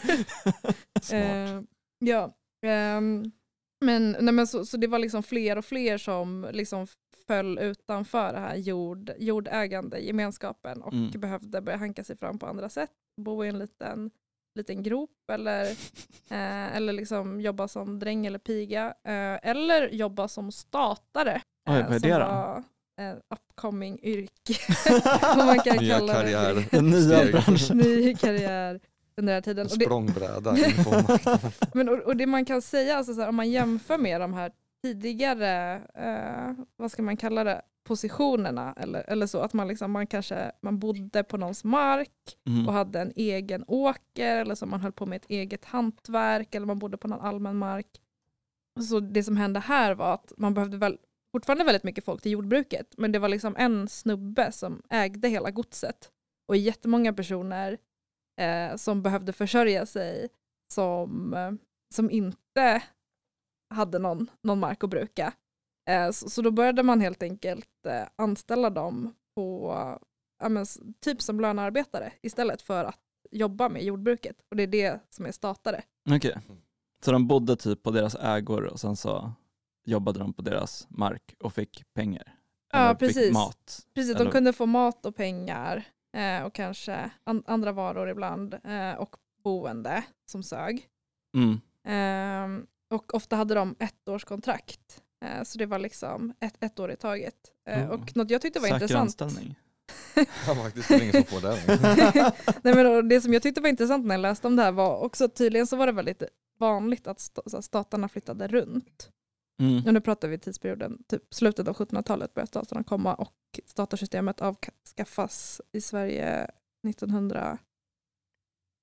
Smart. Eh, ja, ehm, men, nej, men så, så det var liksom fler och fler som liksom föll utanför det här jord, jordägande gemenskapen och Mm. behövde börja hanka sig fram på andra sätt. Bo i en liten, liten grop eller, eh, eller liksom jobba som dräng eller piga. Eh, eller jobba som statare. Oj, eh, vad är som det då? var en upcoming yrke. Om man kan Nya kalla karriär. det. Den nya Steg. branschen. Ny karriär under den här tiden. En Och det, språngbräda in på marknaden. Men, och, och det man kan säga, alltså så här, om man jämför med de här tidigare, eh, vad ska man kalla det, positionerna eller, eller så, att man, liksom, man kanske man bodde på någons mark Mm. och hade en egen åker eller så man höll på med ett eget hantverk eller man bodde på någon allmän mark. Så det som hände här var att man behövde väl, fortfarande väldigt mycket folk till jordbruket, men det var liksom en snubbe som ägde hela godset och jättemånga personer eh, som behövde försörja sig som, eh, som inte hade någon, någon mark att bruka. Eh, så, så då började man helt enkelt eh, anställa dem på ja, men, s- typ som lönearbetare istället för att jobba med jordbruket. Och det är det som är statare. Okej. Så de bodde typ på deras ägor och sen så jobbade de på deras mark och fick pengar? Ja, Eller precis. Fick mat? Precis, Eller- de kunde få mat och pengar eh, och kanske an- andra varor ibland eh, och boende som sög. Mm. Ehm, och ofta hade de ett års kontrakt. Eh, så det var liksom ett, ett år i taget. Eh, Oh. Och något jag tyckte var Säker intressant. anställning. Ja, faktiskt, det är ingen som får det. Nej, men och det som jag tyckte var intressant när jag läste om det här var också att tydligen så var det väldigt vanligt att st- så här, staterna flyttade runt. Mm. Och nu pratar vi tidsperioden, typ slutet av sjuttonhundratalet började staterna komma och statarsystemet avskaffas i Sverige nittonhundrafyrtio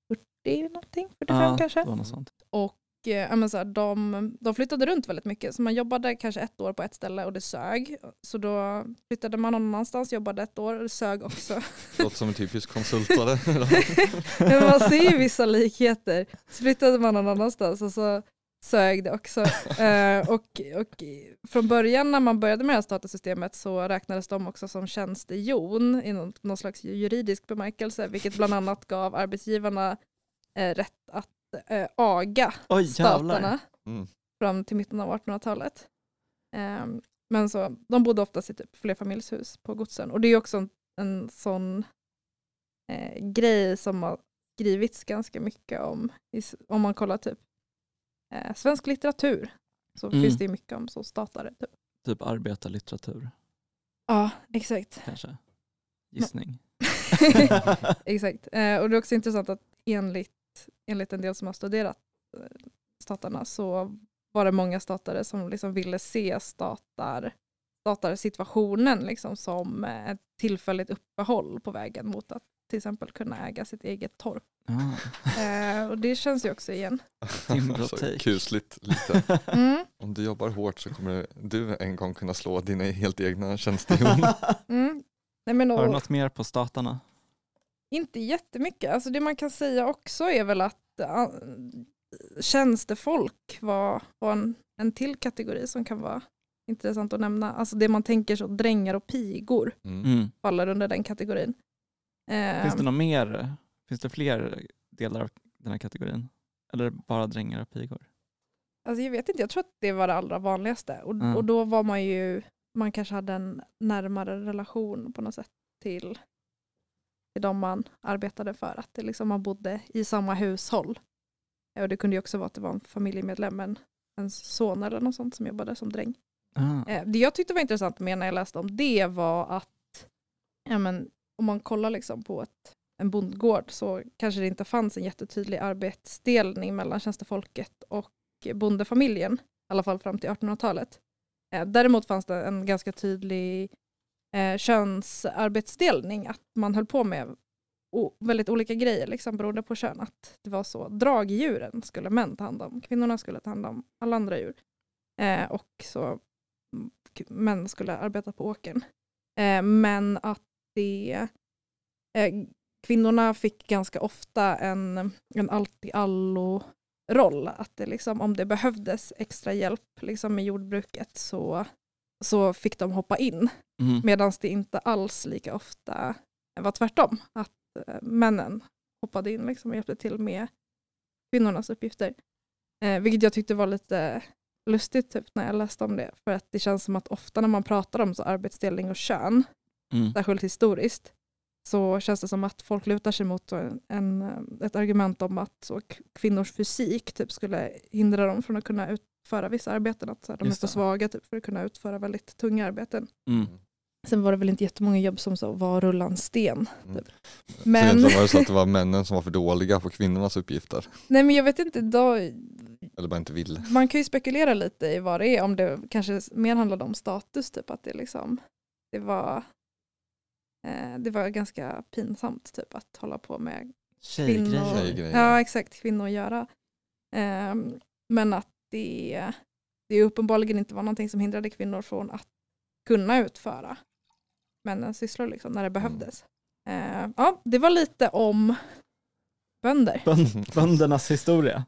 fyrtio någonting, fyrtiofem Ja, kanske. det var något sånt. Och eh, ja, men så här, de, de flyttade runt väldigt mycket. Så man jobbade kanske ett år på ett ställe och det sög. Så då flyttade man någon annanstans, jobbade ett år och det sög också. Det låter som en typisk konsultare. Men man ser ju vissa likheter. Så flyttade man någon annanstans och så sög det också. Eh, och, och från början när man började med det här statussystemet så räknades de också som tjänstehjon i någon, någon slags juridisk bemärkelse, vilket bland annat gav arbetsgivarna eh, rätt att eh, aga Oj, staterna jävlar. Mm. fram till mitten av artonhundratalet. Eh, men så, de bodde oftast i typ flerfamiljshus på godsen. Och det är också en, en sån eh, grej som har skrivits ganska mycket om, i, om man kollar typ Eh, svensk litteratur, så Mm. finns det ju mycket om så statare. Typ. Typ arbetarlitteratur, Ja, exakt. kanske. Gissning. exakt. Eh, och det är också intressant att enligt, enligt en del som har studerat eh, statarna så var det många statare som liksom ville se statar, statarsituationen liksom som eh, ett tillfälligt uppehåll på vägen mot att till exempel kunna äga sitt eget torp. Ah, Eh, och det känns ju också igen. Timbro Alltså, take. kusligt lite. Mm, Om du jobbar hårt så kommer du en gång kunna slå dina helt egna tjänstehjon. mm. Nej, men, Har du och, något mer på statarna? Inte jättemycket. Alltså det man kan säga också är väl att uh, tjänstefolk var, var en, en till kategori som kan vara intressant att nämna. Alltså det man tänker så, drängar och pigor Mm. Mm. faller under den kategorin. Eh, Finns det något mer? Finns det fler delar av den här kategorin? Eller bara drängar och pigor? Alltså jag vet inte, jag tror att det var det allra vanligaste. Och, Mm. och då var man ju, man kanske hade en närmare relation på något sätt till, till de man arbetade för. Att det liksom, man bodde i samma hushåll. Och det kunde ju också vara att det var en familjemedlem, en, en son eller något sånt som jobbade som dräng. Ah. Eh, det jag tyckte var intressant med när jag läste om det var att ja, men, om man kollar liksom på ett, en bondgård så kanske det inte fanns en jättetydlig arbetsdelning mellan tjänstefolket och bondefamiljen, i alla fall fram till artonhundratalet. Eh, däremot fanns det en ganska tydlig eh, könsarbetsdelning, att man höll på med o- väldigt olika grejer liksom, beroende på kön. Att det var så, dragdjuren skulle män ta hand om, kvinnorna skulle ta hand om alla andra djur. Eh, och så k- män skulle arbeta på åkern. Eh, men att det eh, kvinnorna fick ganska ofta en, en allt-i-allo-roll. Att det liksom, om det behövdes extra hjälp liksom, med jordbruket så, så fick de hoppa in. Mm. Medan det inte alls lika ofta var tvärtom. Att eh, männen hoppade in liksom, och hjälpte till med kvinnornas uppgifter. Eh, vilket jag tyckte var lite lustigt typ, när jag läste om det. För att det känns som att ofta när man pratar om så arbetsdelning och kön, Mm. särskilt historiskt, så känns det som att folk lutar sig mot en, en, ett argument om att så, k- kvinnors fysik typ, skulle hindra dem från att kunna utföra vissa arbeten. Att så här, de är Just för det. svaga typ, för att kunna utföra väldigt tunga arbeten. Mm. Sen var det väl inte jättemånga jobb som så var rulla en sten. Mm. Typ. Så Men, egentligen var det så att det var männen som var för dåliga på kvinnornas uppgifter. nej, men jag vet inte, då, Eller bara inte ville. man kan ju spekulera lite i vad det är. Om det kanske mer handlade om status. Typ, att det, liksom, det, var, eh, det var ganska pinsamt typ, att hålla på med Tjejgrejer. kvinnor. Tjejgrejer. Ja, exakt. Kvinnor göra. Um, men att det, det uppenbarligen inte var någonting som hindrade kvinnor från att kunna utföra männens sysslor liksom, när det behövdes. Uh, ja, det var lite om bönder. Bönd- böndernas historia.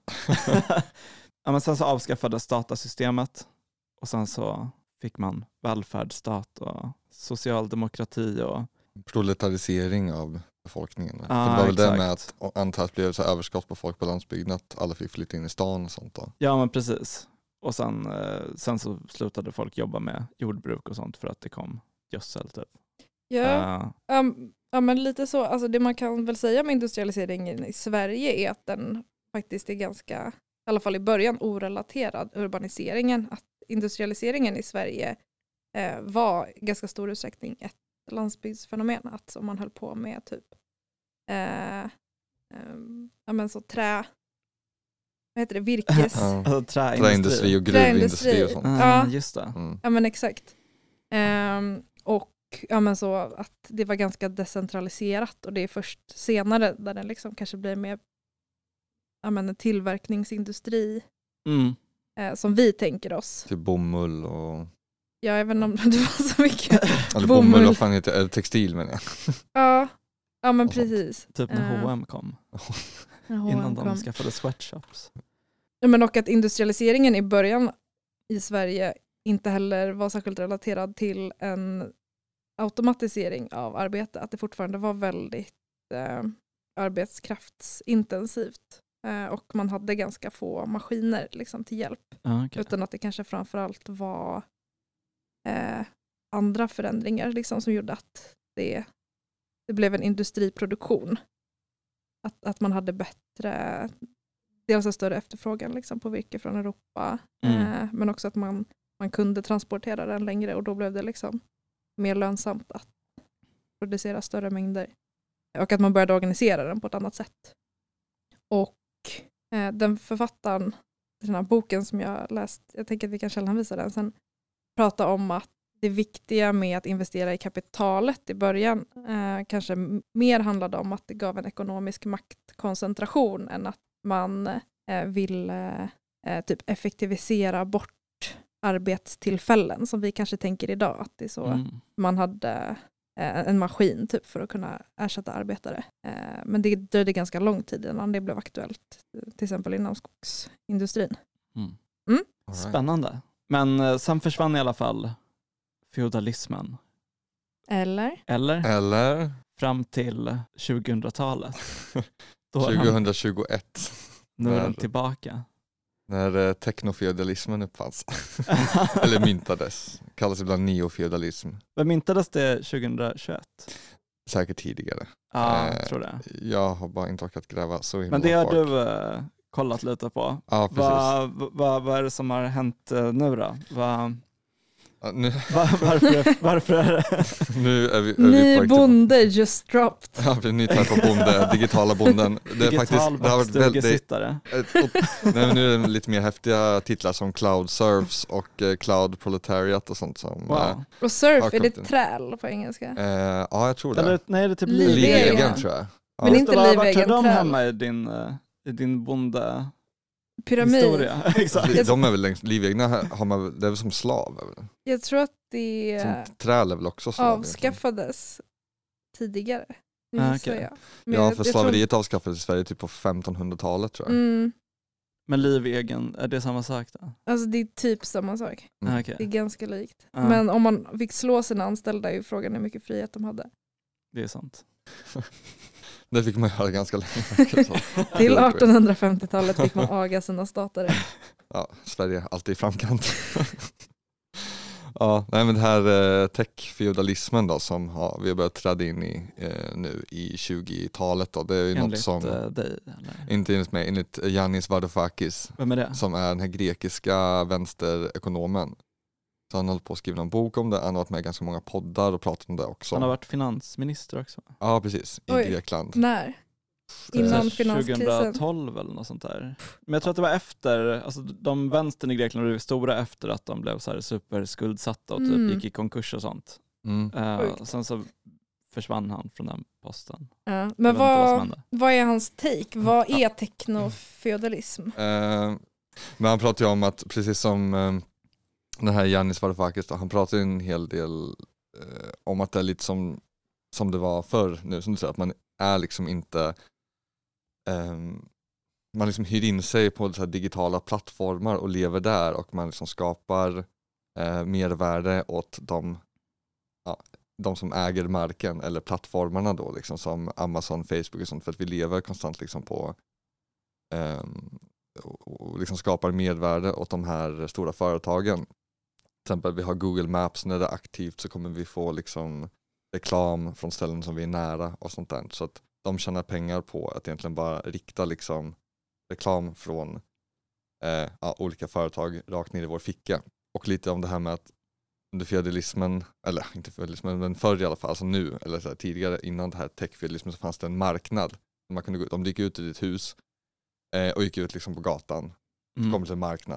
Ja, men sen så avskaffades datasystemet och sen så fick man välfärdsstat och socialdemokrati och Proletarisering av befolkningen. Ja, För det var väl det exakt. med att och antar att det blev så här överskott på folk på landsbygden, att alla fick flytta in i stan och sånt då. ja, men precis. Och sen, eh, sen så slutade folk jobba med jordbruk och sånt för att det kom gödsel typ. Ja, Eh, um, ja, men lite så. Alltså det man kan väl säga med industrialiseringen i Sverige är att den faktiskt är ganska, i alla fall i början, orelaterad urbaniseringen. Att industrialiseringen i Sverige eh, var i ganska stor utsträckning ett landsbygdsfenomen. Att om man höll på med typ eh, um, ja, men så trä, vad heter det, virkes, Ja. alltså, träindustri. Träindustri och gruvindustri och sånt. Ah, Ja. just det. Mm. ja men exakt. Ehm, och ja, men så att det var ganska decentraliserat och det är först senare där den liksom kanske blir mer ja, men, en tillverkningsindustri Mm. eh, som vi tänker oss. Typ bomull och... Ja, även om det var så mycket Eller bomull. bomull, vad fan heter det? Eller textil menar jag. Ja, ja men Och sånt. precis. Typ när Eh, H och M kom. när H och M Innan de kom. skaffade sweatshops. Ja, men och att industrialiseringen i början i Sverige inte heller var särskilt relaterad till en automatisering av arbete. Att det fortfarande var väldigt eh, arbetskraftsintensivt. Eh, och man hade ganska få maskiner liksom, till hjälp. Ah, okay. Utan att det kanske framförallt var eh, andra förändringar liksom, som gjorde att det, det blev en industriproduktion. Att, att man hade bättre, dels en större efterfrågan liksom, på virke från Europa. Mm. Eh, men också att man, man kunde transportera den längre och då blev det liksom mer lönsamt att producera större mängder. Och att man började organisera den på ett annat sätt. Och eh, den författaren, den här boken som jag läst, jag tänker att vi kan källhänvisa den sen, prata om att det viktiga med att investera i kapitalet i början eh, kanske m- mer handlade om att det gav en ekonomisk maktkoncentration än att man eh, ville eh, typ effektivisera bort arbetstillfällen som vi kanske tänker idag. Att det är så Mm. man hade eh, en maskin typ för att kunna ersätta arbetare. Eh, men det dröjde ganska lång tid innan det blev aktuellt. Till exempel inom skogsindustrin. Mm. Mm. All right. Spännande. Men eh, sen försvann i alla fall feudalismen. Eller? Eller? Eller Fram till tjugohundratalet. Då är den, tjugohundratjugoett, nu är den när- tillbaka. när eh, teknofeudalismen uppfanns. Eller myntades. Kallas ibland neofeudalism. Vem myntades det tjugohundratjugoett? Säkert tidigare. Ja, Eh, jag tror det. Jag har bara inte orkat gräva så himla Men det har bak. du eh, kollat lite på. Ja, precis. Vad va, vad är det som har hänt eh, nu då? Va, Ja, nu, va, varför, varför är det? nu är vi, är vi Ny på väg bonde just dropped. till... Ja, vi är en ny typ av bonde, digitala bonden. Det är faktiskt, Digital det har varit väldigt, stugusittare. ett, upp, nej, men nu är det lite mer häftiga titlar som Cloud Surfs och eh, Cloud Proletariat och sånt som... Wow. Och surf, Har är det kommit in. träl på engelska? Eh, eh, ja, jag tror det. Eller nej, det är typ Livegen. livegen. Livegen tror jag. Ja. Men inte Just det, vad- Vart livegen, är de träl. hemma i din, eh, i din bonde? Pyramid. Historia. Exakt. De, de är väl längst, livegna har man, väl- det är väl som slav? Är väl? Jag tror att det Som träl är väl också slav? egentligen. avskaffades tidigare. Nu Ah, gissar okej. jag. Men Ja, jag- för jag tror- slaveriet avskaffades i Sverige typ på femtonhundratalet tror jag. Mm, Men livegen, är det samma sak då? alltså det är typ samma sak. Mm. Ah, okej. Det är ganska likt. Ja. Men om man fick slå sina anställda är ju frågan hur mycket frihet de hade. Det är sant. Det fick man göra ganska länge. Så. Till artonhundrafemtiotalet fick man aga sina statare. Ja, Sverige är alltid i framkant. Ja, nej men det här eh, tech-feudalismen då som har, vi har börjat träda in i eh, nu i tjugotalet då. Det är ju något Enligt som, eh, dig eller? inte enligt mig, enligt Yannis Varoufakis Vem är det? som är den här grekiska vänsterekonomen. Så han har hållit på att skriva en bok om det, han har varit med i ganska många poddar och pratat om det också. Han har varit finansminister också. Ja, precis, i Oj. Grekland. När? Innan Eh, finanskrisen. tjugohundratolv eller något sånt där. Men jag tror att det var efter, alltså de vänstern i Grekland blev stora efter att de blev så här superskuldsatta och typ Mm. gick i konkurs och sånt. Mm. Eh, Sjukt. sen så försvann han från den posten. Ja. Jag Men vet inte vad som vad, hände. vad är hans take? Vad är teknofeudalism? Eh, men han pratar ju om att precis som eh, den här Yannis Varoufakis då, han pratar ju en hel del eh, om att det är lite som, som det var förr nu, som du säger, att man är liksom inte eh, man liksom hyr in sig på så här digitala plattformar och lever där och man liksom skapar eh, mervärde åt de, ja, de som äger marken eller plattformarna då liksom som Amazon, Facebook och sånt, för att vi lever konstant liksom på ehm, och, och liksom skapar mervärde åt de här stora företagen. Till exempel vi har Google Maps, när det är aktivt så kommer vi få liksom reklam från ställen som vi är nära och sånt där. Så att de tjänar pengar på att egentligen bara rikta liksom reklam från eh, ja, olika företag rakt ner i vår ficka. Och lite om det här med att under feudalismen, eller inte feudalismen, men förr i alla fall, alltså nu, eller så här, tidigare innan det här tech-feudalismen så fanns det en marknad. Man kunde gå, de gick ut i ditt hus eh, och gick ut liksom på gatan, Mm. kom till en marknad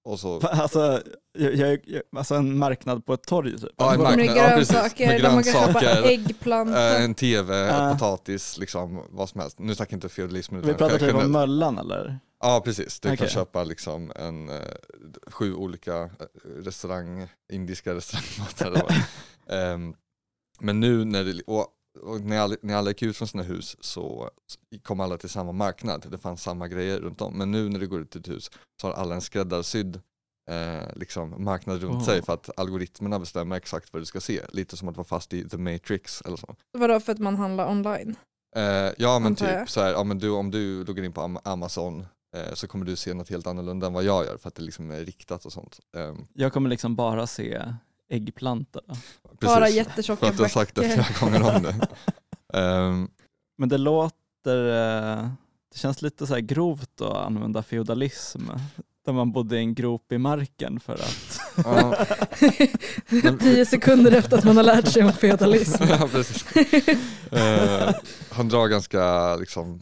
och så. Alltså, jag, jag, alltså en marknad på ett torg typ. Ja, en Med marknad, ja, precis. grönsaker, Med där man kan köpa grönsaker, äggplantor. eh, en tv, Ja. potatis, liksom vad som helst. Nu snackar inte feudalismen. Vi pratar typ om Möllan eller? Ja, precis. Du Okej. kan köpa liksom en eh, sju olika eh, restaurang, indiska restaurangmat eller vad. um, Men nu när det, och, och när, alla, när alla gick ut från sina hus så kom alla till samma marknad. Det fanns samma grejer runt om. Men nu när du går ut till ett hus så har alla en skräddarsydd eh, liksom marknad runt Oh. sig för att algoritmerna bestämmer exakt vad du ska se. Lite som att vara fast i The Matrix eller så. Vadå, för att man handlar online? Eh, ja men Antar typ jag. så här, ja, men du, om du loggar in på Am- Amazon eh, så kommer du se något helt annorlunda än vad jag gör för att det liksom är riktat och sånt. Eh, Jag kommer liksom bara se äggplantor. Då. Bara precis. jättetjocka För att du har sagt det böcker. flera gånger om det. um, Men det låter, eh, det känns lite så här grovt att använda feudalism. Där man bodde i en grop i marken för att... ja, men- Tio sekunder efter att man har lärt sig om feudalism. ja, precis. Eh, han drar ganska liksom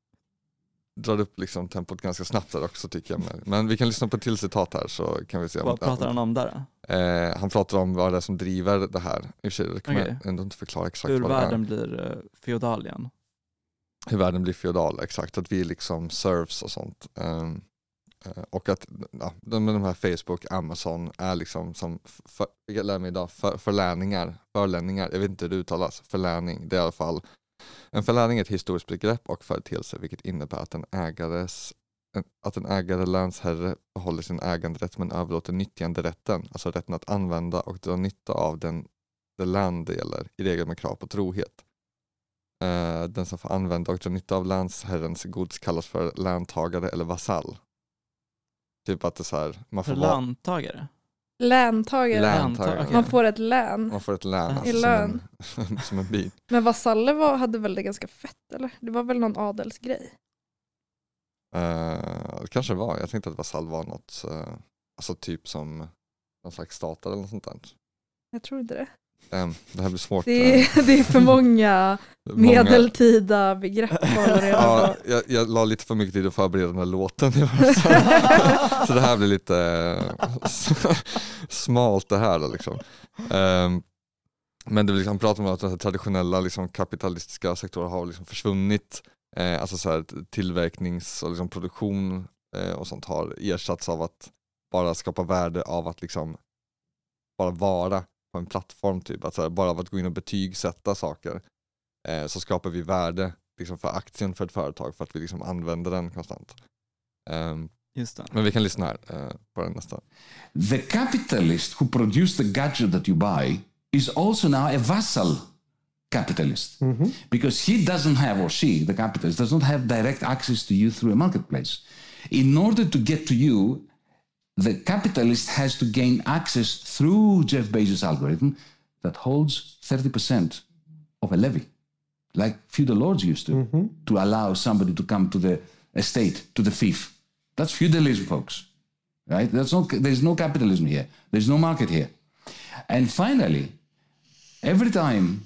drar upp liksom tempot ganska snabbt där också tycker jag. Men, men vi kan lyssna på ett till citat här så kan vi se. Vad pratar han om där då? Eh, han pratar om vad det är som driver det här. I och för sig, det kan Okej. man ändå inte förklara exakt Hur vad det är. världen blir eh, feodal igen. Hur världen blir feodal, exakt. Att vi liksom serves och sånt. Um, uh, och att ja, de, de här Facebook, Amazon är liksom som, för, jag lär mig idag, för, förlärningar, förlänningar, jag vet inte hur det uttalas, förlärning, det är i alla fall. En förlärning är ett historiskt begrepp och företeelse vilket innebär att en ägares en, att en ägare länsherre behåller sin äganderätt men överlåter nyttjanderätten, alltså rätten att använda och dra nytta av den, det land det gäller, i regel med krav på trohet. Uh, den som får använda och dra nytta av länsherrens gods kallas för läntagare eller vasall. Typ att det är så här, man får För vara lantagare? Läntagare. läntagare. okej. Man får ett län. Man får ett län, I alltså, som, lön. en, som en bil. Men vasaller var, hade väl det ganska fett, eller? Det var väl någon adelsgrej? Uh, det kanske var, jag tänkte att vasall var något, uh, alltså typ som någon slags stater eller något sånt där. Jag tror inte det. Um, det här blir svårt. Det uh, är, det är för många många- medeltida begrepp att hålla reda Ja, på. jag, jag la lite för mycket tid att förbereda den här låten. Så det här blir lite eh, smalt det här då, liksom. Um, men det liksom pratar om att de här traditionella liksom, kapitalistiska sektorer har liksom försvunnit. Eh, alltså så här, tillverknings- och liksom, produktion eh, och sånt har ersatts av att bara skapa värde av att liksom bara vara på en plattform typ. Alltså bara av att gå in och betygsätta saker eh, så skapar vi värde liksom för aktien för ett företag för att vi liksom använder den konstant. Um, Just det. men vi kan lyssna här uh, på den nästa. The capitalist who produced the gadget that you buy is also now a vassal capitalist because he doesn't have, or she, the capitalist, does not have direct access to you through a marketplace. In order to get to you, the capitalist has to gain access through Jeff Bezos' algorithm that holds thirty percent of a levy, like feudal lords used to, to allow somebody to come to the estate, to the fief. That's feudalism, folks. Right? That's not, there's no capitalism here. There's no market here. And finally, every time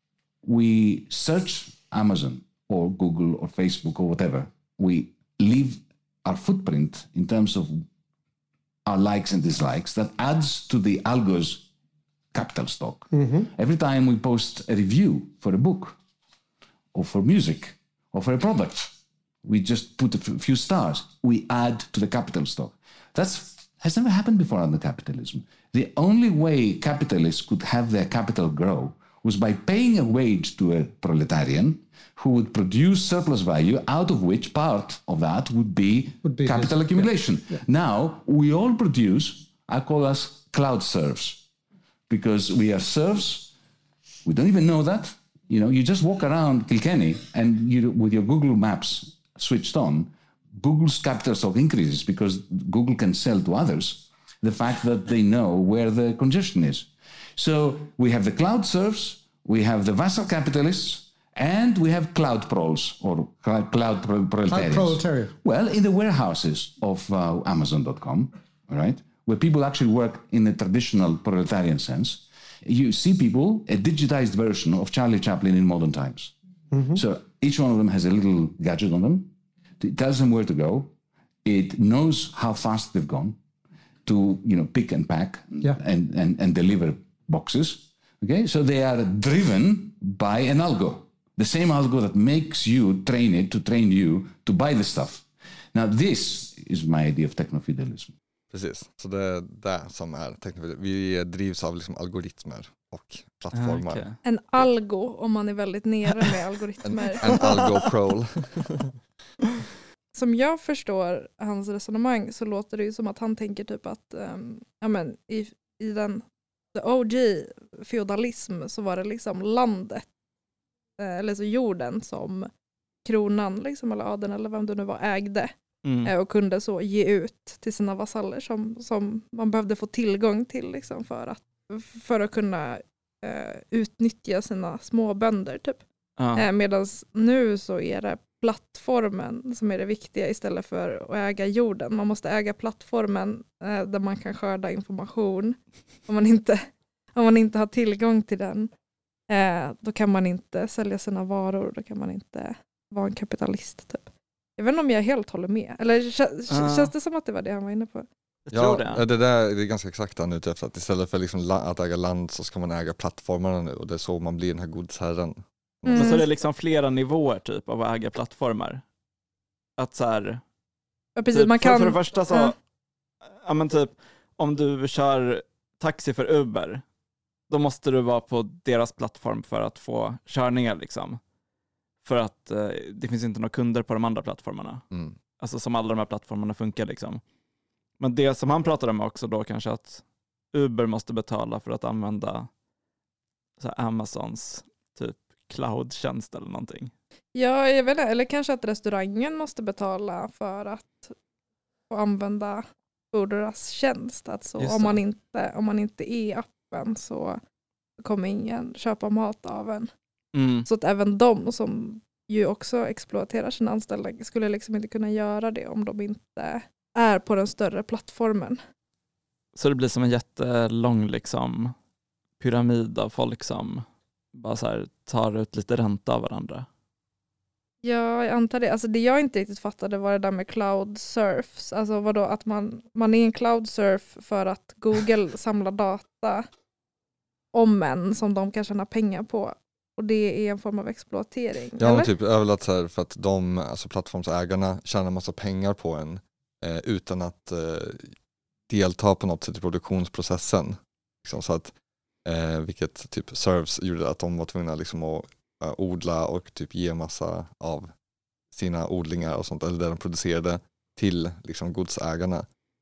we search Amazon or Google or Facebook or whatever, we leave our footprint in terms of our likes and dislikes that adds to the algo's capital stock. Every time we post a review for a book or for music or for a product, we just put a f- few stars. We add to the capital stock. That's has never happened before under capitalism. The only way capitalists could have their capital grow was by paying a wage to a proletarian who would produce surplus value, out of which part of that would be, Would be capital his- accumulation. yeah, yeah. Now, we all produce, I call us cloud serfs, because we are serfs. We don't even know that. You know, you just walk around Kilkenny and you, with your Google Maps switched on, Google's capital stock increases because Google can sell to others the fact that they know where the congestion is. So we have the cloud serfs, we have the vassal capitalists, and we have cloud proles or cl- cloud pro- proletarians. proletariat. Well, in the warehouses of uh, Amazon dot com, all right, where people actually work in the traditional proletarian sense, you see people, a digitized version of Charlie Chaplin in modern times. So each one of them has a little gadget on them. It tells them where to go. It knows how fast they've gone. to, you know, pick and pack Yeah. and, and, and deliver boxes. Okay, so they are driven by an algo. The same algo that makes you train it to train you to buy the stuff. Now this is my idea of technofeudalism. Precis, så det är det som är teknofeudalism. Vi drivs av liksom algoritmer och plattformar. Ah, okay. En algo, om man är väldigt nere med algoritmer. En, en algo-prol. Som jag förstår hans resonemang så låter det ju som att han tänker typ att um, ja, men i, i den the O G-feudalism så var det liksom landet, eh, eller så jorden som kronan liksom, eller adeln eller vem det nu var ägde. Mm. Eh, och kunde så ge ut till sina vasaller som, som man behövde få tillgång till liksom, för, att, för att kunna eh, utnyttja sina småbönder typ. Ja. Eh, Medan nu så är det plattformen som är det viktiga istället för att äga jorden. Man måste äga plattformen eh, där man kan skörda information. Om man inte, om man inte har tillgång till den, eh, då kan man inte sälja sina varor. Då kan man inte vara en kapitalist typ. Jag vet inte om jag helt håller med. Eller k- uh. känns det som att det var det han var inne på? Jag Ja, tror det. det där det är ganska exakt han är ute efter. Att istället för liksom la- att äga land så ska man äga plattformarna nu. Och det är så man blir den här godsherren. Mm. Men så är det liksom flera nivåer typ av att äga plattformar. Att så här, Ja, precis, typ, man kan... för, för det första så, Ja. ja men typ, om du kör taxi för Uber, då måste du vara på deras plattform för att få körningar liksom. För att eh, det finns inte några kunder på de andra plattformarna. Mm. Alltså som alla de här plattformarna funkar liksom. Men det som han pratade om också då kanske att Uber måste betala för att använda så här Amazons typ cloud-tjänst eller någonting. Ja, jag vet inte. Eller kanske att restaurangen måste betala för att få använda Foodras tjänst. Alltså, Just om, det. man inte, om man inte är i appen så kommer ingen köpa mat av en. Mm. Så att även de som ju också exploaterar sina anställda skulle liksom inte kunna göra det om de inte är på den större plattformen. Så det blir som en jättelång liksom pyramid av folk som bara så här tar ut lite ränta av varandra. Ja, jag antar det. Alltså det jag inte riktigt fattade var det där med cloud surfs. Alltså vadå, att man, man är en cloud surf för att Google samlar data om en som de kan tjäna pengar på. Och det är en form av exploatering. Ja, eller? men typ överallt så här för att de, alltså plattformsägarna tjänar massa pengar på en eh, utan att eh, delta på något sätt i produktionsprocessen. Liksom, så att, eh, vilket typ serves gjorde att de var tvungna liksom att uh, odla och typ ge massa av sina odlingar och sånt, eller det de producerade till liksom godsägarna.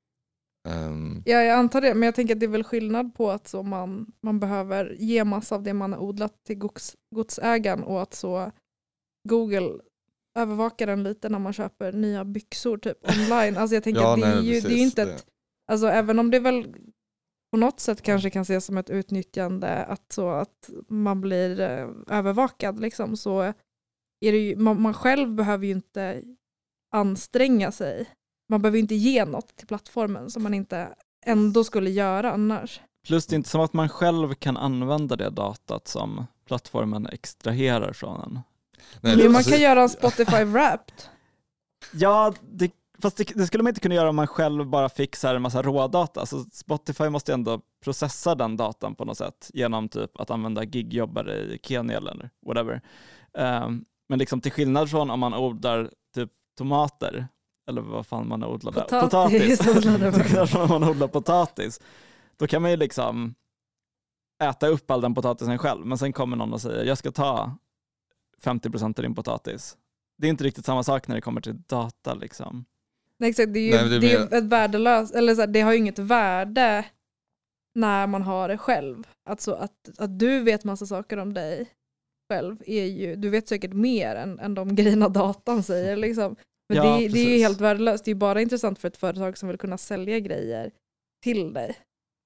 Um, Ja, jag antar det. Men jag tänker att det är väl skillnad på att så man, man behöver ge massa av det man har odlat till gods, godsägaren och att så Google övervakar den lite när man köper nya byxor typ online. Alltså jag tänker Ja, att det är, nej, ju, det är ju precis, inte det. ett... Alltså även om det väl på något sätt kanske kan ses som ett utnyttjande att så att man blir eh, övervakad liksom, så är det ju, man, man själv behöver ju inte anstränga sig. Man behöver ju inte ge något till plattformen som man inte ändå skulle göra annars. Plus det är inte som att man själv kan använda det datat som plattformen extraherar från en. nej, Men man alltså, kan göra en Spotify Wrapped. Ja, det, fast det, det skulle man inte kunna göra om man själv bara fick så här en massa rådata. Alltså Spotify måste ändå processa den datan på något sätt genom typ att använda gigjobbare i Kenya eller whatever. Um, men liksom till skillnad från om man odlar typ tomater eller vad fan man odlade. Potatis. Till skillnad från om man odlar potatis. Då kan man ju liksom äta upp all den potatisen själv. Men sen kommer någon och säger jag ska ta femtio procent av din potatis. Det är inte riktigt samma sak när det kommer till data liksom. Nej, exakt, det är ju, Nej, det är det är mer- ett värdelöst, eller så här, det har ju inget värde när man har det själv. Alltså att, att du vet massa saker om dig själv är ju, du vet säkert mer än, än de grejerna datan säger liksom. Men Ja, det, det är ju precis. helt värdelöst. Det är ju bara intressant för ett företag som vill kunna sälja grejer till dig.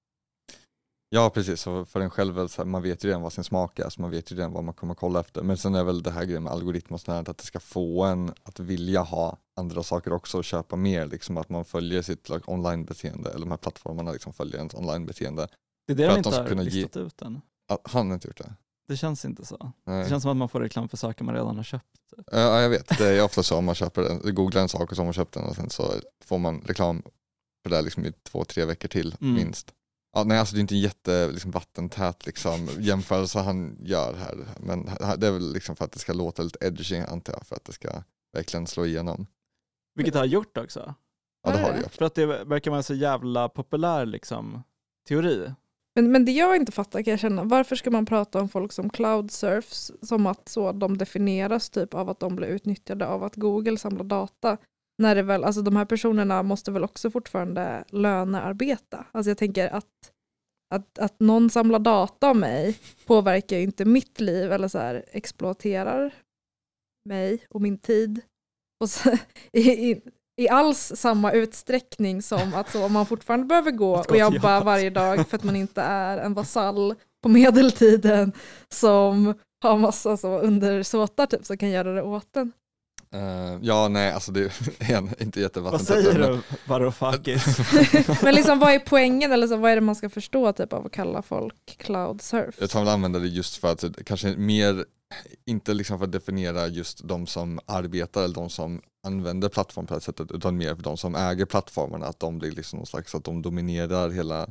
Ja, precis. Så för en själv, så här, man vet ju redan vad sin smak är, så man vet ju redan vad man kommer kolla efter. Men sen är väl det här grejen med algoritmer och sånt här, att det ska få en att vilja ha andra saker också och köpa mer. Liksom att man följer sitt like, online-beteende, eller de här plattformarna liksom följer ens online-beteende. Det är det För de att inte de ska har kunna ge- listat ut än. Ah, han har inte gjort det. Det känns inte så. Nej. Det känns som att man får reklam för saker man redan har köpt. Ja, jag vet. Det är ofta så om man köper en, googlar en sak och så har man köpt den och sen så får man reklam för det är liksom i två, tre veckor till Mm. minst. Ja, nej, alltså det är inte en jätte liksom, vattentät liksom, jämförelse han gör här. Men det är väl liksom för att det ska låta lite edgy, antar jag, för att det ska verkligen slå igenom. Vilket har gjort också. Ja, det har det ju. För att det verkar vara en så jävla populär liksom, teori. Men, men det jag inte fattar kan jag känna, varför ska man prata om folk som cloud surfs som att så de definieras typ av att de blir utnyttjade av att Google samlar data, när det väl, alltså de här personerna måste väl också fortfarande lönearbeta. Alltså jag tänker att, att, att någon samlar data om mig påverkar ju inte mitt liv eller så här exploaterar mig och min tid och så, i, i, i alls samma utsträckning som att så, om man fortfarande behöver gå och jobba varje dag för att man inte är en vasall på medeltiden som har massa så undersåtar typ, som kan göra det åt en. Uh, ja, nej, alltså det är inte jättevattentätt. Vad säger du, Varoufakis? Men liksom, vad är poängen, eller så, vad är det man ska förstå typ, av att kalla folk cloud surf? Jag tror man använder det just för att kanske mer, inte liksom för att definiera just de som arbetar eller de som använder plattform på det sättet, utan mer för de som äger plattformarna, att de blir liksom någon slags, att de dominerar hela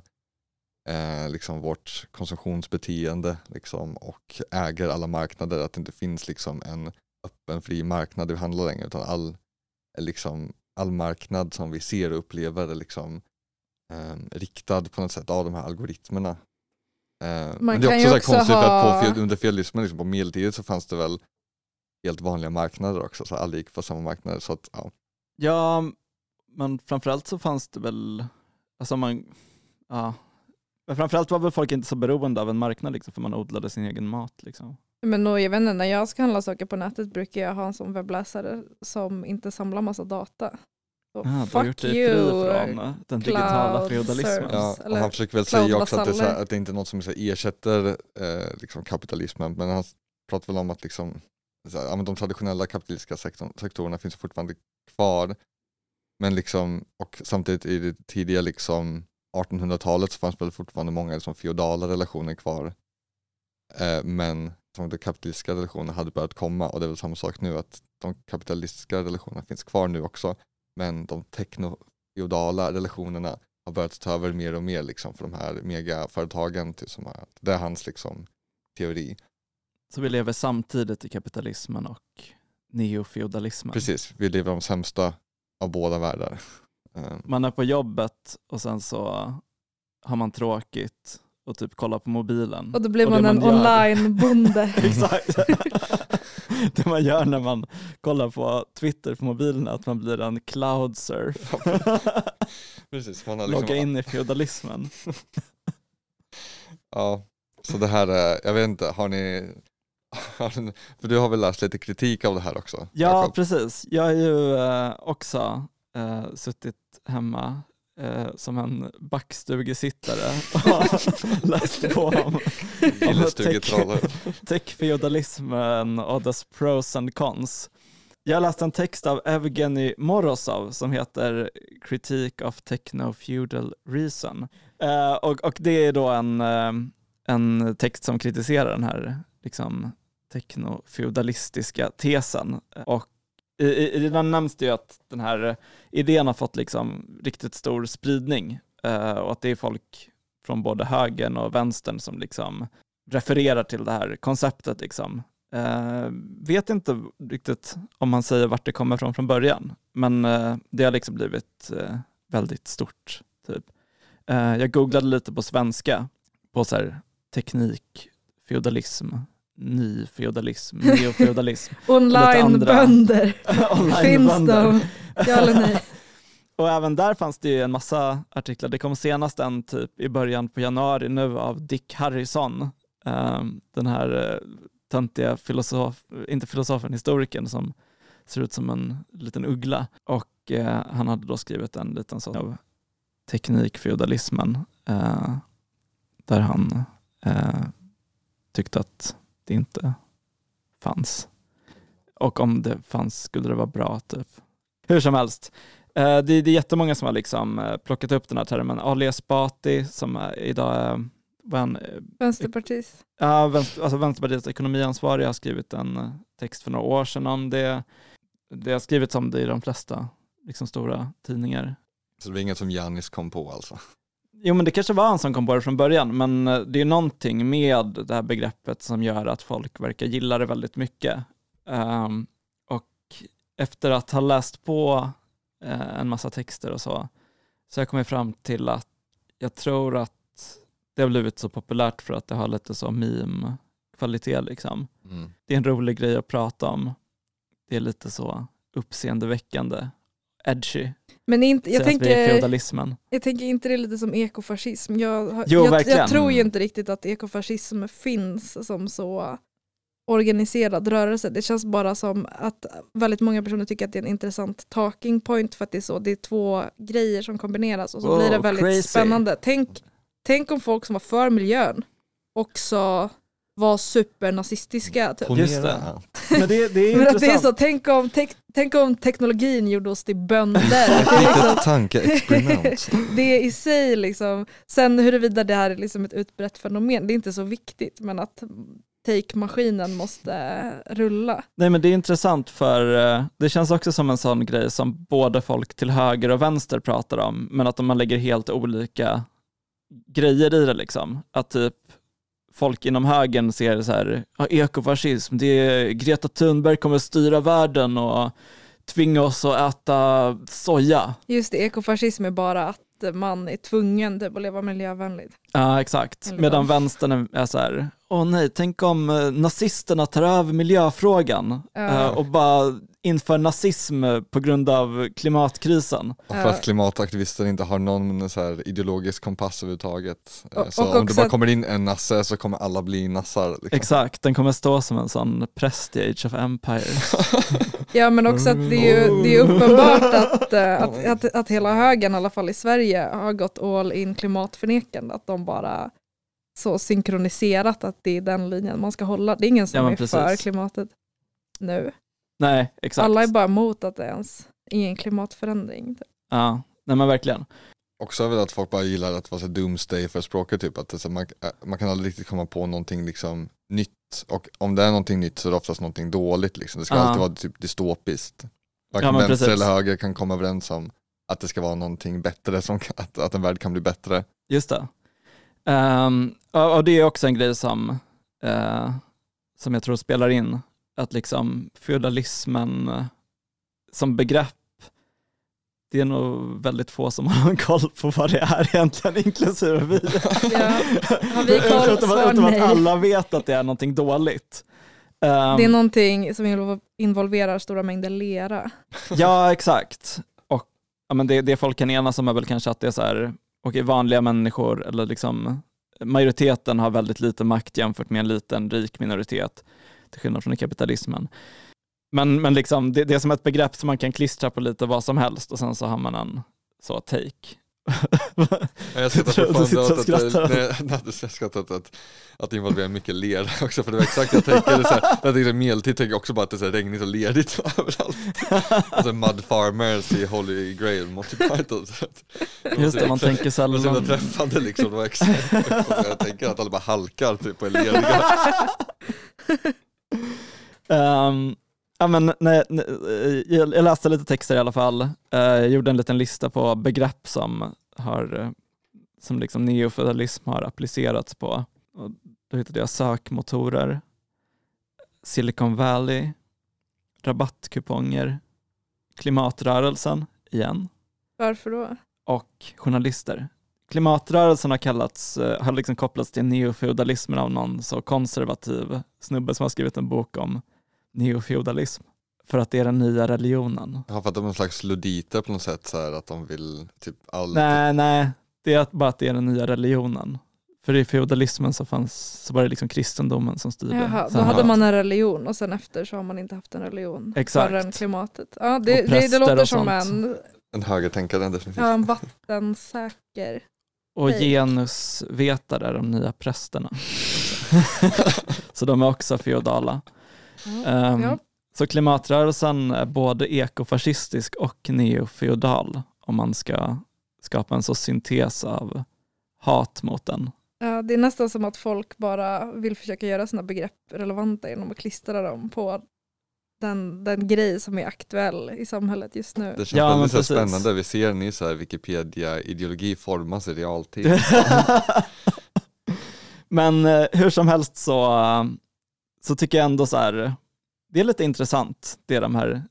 eh, liksom vårt konsumtionsbeteende liksom, och äger alla marknader, att det inte finns liksom en öppen fri marknad vi handlar längre, utan all, liksom, all marknad som vi ser och upplever är liksom eh, riktad på något sätt av de här algoritmerna. Eh, men det är också, också så konstigt ha... för att på, under felismen liksom, på medeltiden så fanns det väl helt vanliga marknader också, så alla gick på samma marknader, så att, ja. Ja, men framförallt så fanns det väl, alltså man, ja, men framförallt var väl folk inte så beroende av en marknad liksom, för man odlade sin egen mat liksom. Men nog, jag vet inte, när jag ska handla saker på nätet brukar jag ha en sån webbläsare som inte samlar massa data. Så ja, fuck du har gjort dig you, fri från den digitala feodalismen. Ja, och han försöker väl säga också att det, är så här, att det inte är något som så här, ersätter eh, liksom kapitalismen, men han pratar väl om att liksom, så här, ja, men de traditionella kapitalistiska sektor, sektorerna finns fortfarande kvar, men liksom, och samtidigt i det tidiga liksom artonhundratalet så fanns väl fortfarande många liksom, feodala relationer kvar, eh, men som de kapitalistiska relationerna hade börjat komma, och det är väl samma sak nu, att de kapitalistiska relationerna finns kvar nu också, men de teknofeodala relationerna har börjat ta över mer och mer liksom, för de här megaföretagen, typ, som har, det är hans liksom, teori. Så vi lever samtidigt i kapitalismen och neofeodalismen. Precis, vi lever de sämsta av båda världar. Man är på jobbet och sen så har man tråkigt och typ kollar på mobilen. Och då blir man, man en online-bonde. Exakt. Det man gör när man kollar på Twitter på mobilen är att man blir en cloud surf. Precis, man har liksom... Logga in i feudalismen. Ja, så det här är, jag vet inte, har ni, för du har väl läst lite kritik av det här också? Ja, Jacob? precis. Jag har ju eh, också eh, suttit hemma eh, som en backstugesittare och läst på om, om tech-feudalismen och dess pros and cons. Jag läste en text av Evgeny Morozov som heter Critique of Techno-Feudal Reason. Eh, och, och det är då en, eh, en text som kritiserar den här liksom, techno-feudalistiska tesen. Och i, i, i den nämns det ju att den här idén har fått liksom riktigt stor spridning. Eh, och att det är folk från både högern och vänstern som liksom refererar till det här konceptet liksom. Uh, vet inte riktigt om man säger vart det kommer från från början, men uh, det har liksom blivit uh, väldigt stort typ. Uh, jag googlade lite på svenska på så här teknik, feudalism, ny feudalism, neofeudalism. Online-bönder. Online Finns de? Ja eller nej? Och även där fanns det ju en massa artiklar. Det kom senast en typ i början på januari nu av Dick Harrison, uh, den här uh, töntiga filosof, inte filosofen, historikern som ser ut som en liten uggla. Och eh, han hade då skrivit en liten sån av teknikfeudalismen eh, där han eh, tyckte att det inte fanns. Och om det fanns skulle det vara bra typ. Hur som helst. Eh, det, det är jättemånga som har liksom eh, plockat upp den här termen. Ali Esbati som är, idag är En, Vänsterpartiet. Ja, vänster, alltså Vänsterpartiets ekonomiansvarig har skrivit en text för några år sedan om det. Det har skrivits om det i de flesta liksom, stora tidningar. Så det var inget som Giannis kom på alltså? Jo, men det kanske var han som kom på det från början, men det är någonting med det här begreppet som gör att folk verkar gilla det väldigt mycket. Um, och efter att ha läst på uh, en massa texter och så, så har jag kommit fram till att jag tror att det har blivit så populärt för att det har lite så meme-kvalitet liksom. Mm. Det är en rolig grej att prata om. Det är lite så uppseendeväckande, edgy. Men inte, jag, tänker, vi är tänker, feudalismen. jag tänker inte det är lite som ekofascism. Jag, har- Jo, jag, verkligen. jag tror ju inte riktigt att ekofascism finns som så organiserad rörelse. Det känns bara som att väldigt många personer tycker att det är en intressant talking point för att det är så. Det är två grejer som kombineras och så Wow, blir det väldigt crazy. spännande. Tänk, tänk om folk som var för miljön också var supernazistiska. Typ. Just det. Ponera. Men det, det är Men att intressant. det är så, tänk om, te- tänk om teknologin gjorde oss till bönder. Att det, är Ett liksom, litet tankeexperiment. det är i sig liksom, sen huruvida det här är liksom ett utbrett fenomen, det är inte så viktigt, men att take-maskinen måste rulla. Nej, men det är intressant för eh, det känns också som en sån grej som både folk till höger och vänster pratar om, men att man lägger helt olika grejer i det liksom. Att typ folk inom högern ser så här, ja, ekofascism, det är Greta Thunberg kommer styra världen och tvinga oss att äta soja. Just det, ekofascism är bara att man är tvungen typ, att leva miljövänligt. Ja, exakt. Eller Medan vad? vänstern är- är så här, åh nej, tänk om eh, nazisterna tar över miljöfrågan Ja. eh, och bara inför nazism på grund av klimatkrisen. Och för att klimataktivister inte har någon så här ideologisk kompass överhuvudtaget. Eh, Och- så och om det också bara att- kommer in en nasse så kommer alla bli nassar. Liksom. Exakt, den kommer stå som en sån präst i Age of Empires. Ja, men också att det är ju det är uppenbart att, eh, att, att, att hela högern, i alla fall i Sverige, har gått all in klimatförnekande. Att de bara så synkroniserat att det är den linjen man ska hålla. Det är ingen som Ja, men är precis. för klimatet nu. Nej, exakt. Alla är bara emot att det ens är en klimatförändring. Typ. Ja, nej men verkligen. Också är väl att folk bara gillar att vara så doomsday för språket typ. Att det, är så, man, äh, man kan aldrig riktigt komma på någonting liksom nytt. Och om det är någonting nytt så är det oftast någonting dåligt liksom. Det ska Ja. alltid vara typ dystopiskt. Varken Ja, men vänster precis. eller höger kan komma överens om att det ska vara någonting bättre, som, kan- att, att en värld kan bli bättre. Just det. Ehm, och, och det är också en grej som, eh, som jag tror spelar in. Att liksom feudalismen eh, som begrepp, det är nog väldigt få som har koll på vad det är egentligen, inklusive vi. Ja. Har vi koll? Utom, Svar utom att nej. alla vet att det är någonting dåligt. Ehm, Det är någonting som involv- involverar stora mängder lera. Ja, exakt. Och ja, men det, det folk kan enas om är väl kanske att det är så här, okej, vanliga människor eller liksom majoriteten har väldigt lite makt jämfört med en liten rik minoritet, till skillnad från i kapitalismen. Men, men liksom, det, det är som ett begrepp som man kan klistra på lite vad som helst och sen så har man en så take. Jag skrattar Du fortfarande sitter och åt att, skrattar. nej, nej, jag skrattar åt att, att det involverar mycket lera också, för det var exakt jag tänker, det är så här, jag tänker medeltid tänker jag också bara att det är så här regnigt och ledigt överallt. Alltså mud farmers i Holy Grail Monty Python. Så att- Just det, man tänker Det var så jävla sällan. träffande liksom, det var exakt jag tänker att alla bara halkar typ och är leriga. Um, ja, men, nej, nej, jag, jag läste lite texter i alla fall. Uh, jag gjorde en liten lista på begrepp som, har, uh, som liksom neofeudalism har applicerats på. Och då hittade jag sökmotorer, Silicon Valley, rabattkuponger, klimatrörelsen igen Varför då? och journalister. Klimatrörelsen har kallats, uh, har liksom kopplats till neofeudalismen av någon så konservativ snubbe som har skrivit en bok om neofeudalism. För att det är den nya religionen. Jag har fattat någon slags luditer på något sätt så här, att de vill typ allt. Nej, nej. Det är att- bara att det är den nya religionen. För i feudalismen så, fanns, så var det liksom kristendomen som styrde. Jaha, då Sen hade har- man en religion och sen efter så har man inte haft en religion. Exakt. Förrän klimatet. Ja, det, Och det, det präster låter och som sånt. en, En högertänkare definitivt. ja, en vattensäker. Och Nej. genusvetare är de nya prästerna. Så de är också feodala. Um, Ja. Så klimatrörelsen är både ekofascistisk och neofeodal om man ska skapa en så syntes av hat mot den. Ja, det är nästan som att folk bara vill försöka göra sina begrepp relevanta genom att klistra dem på den, den grej som är aktuell i samhället just nu. Det känns Ja, väldigt men så precis. spännande. Vi ser ni så här Wikipedia-ideologi formas i realtid. Men eh, hur som helst så, eh, så tycker jag ändå så här, det är lite intressant det de här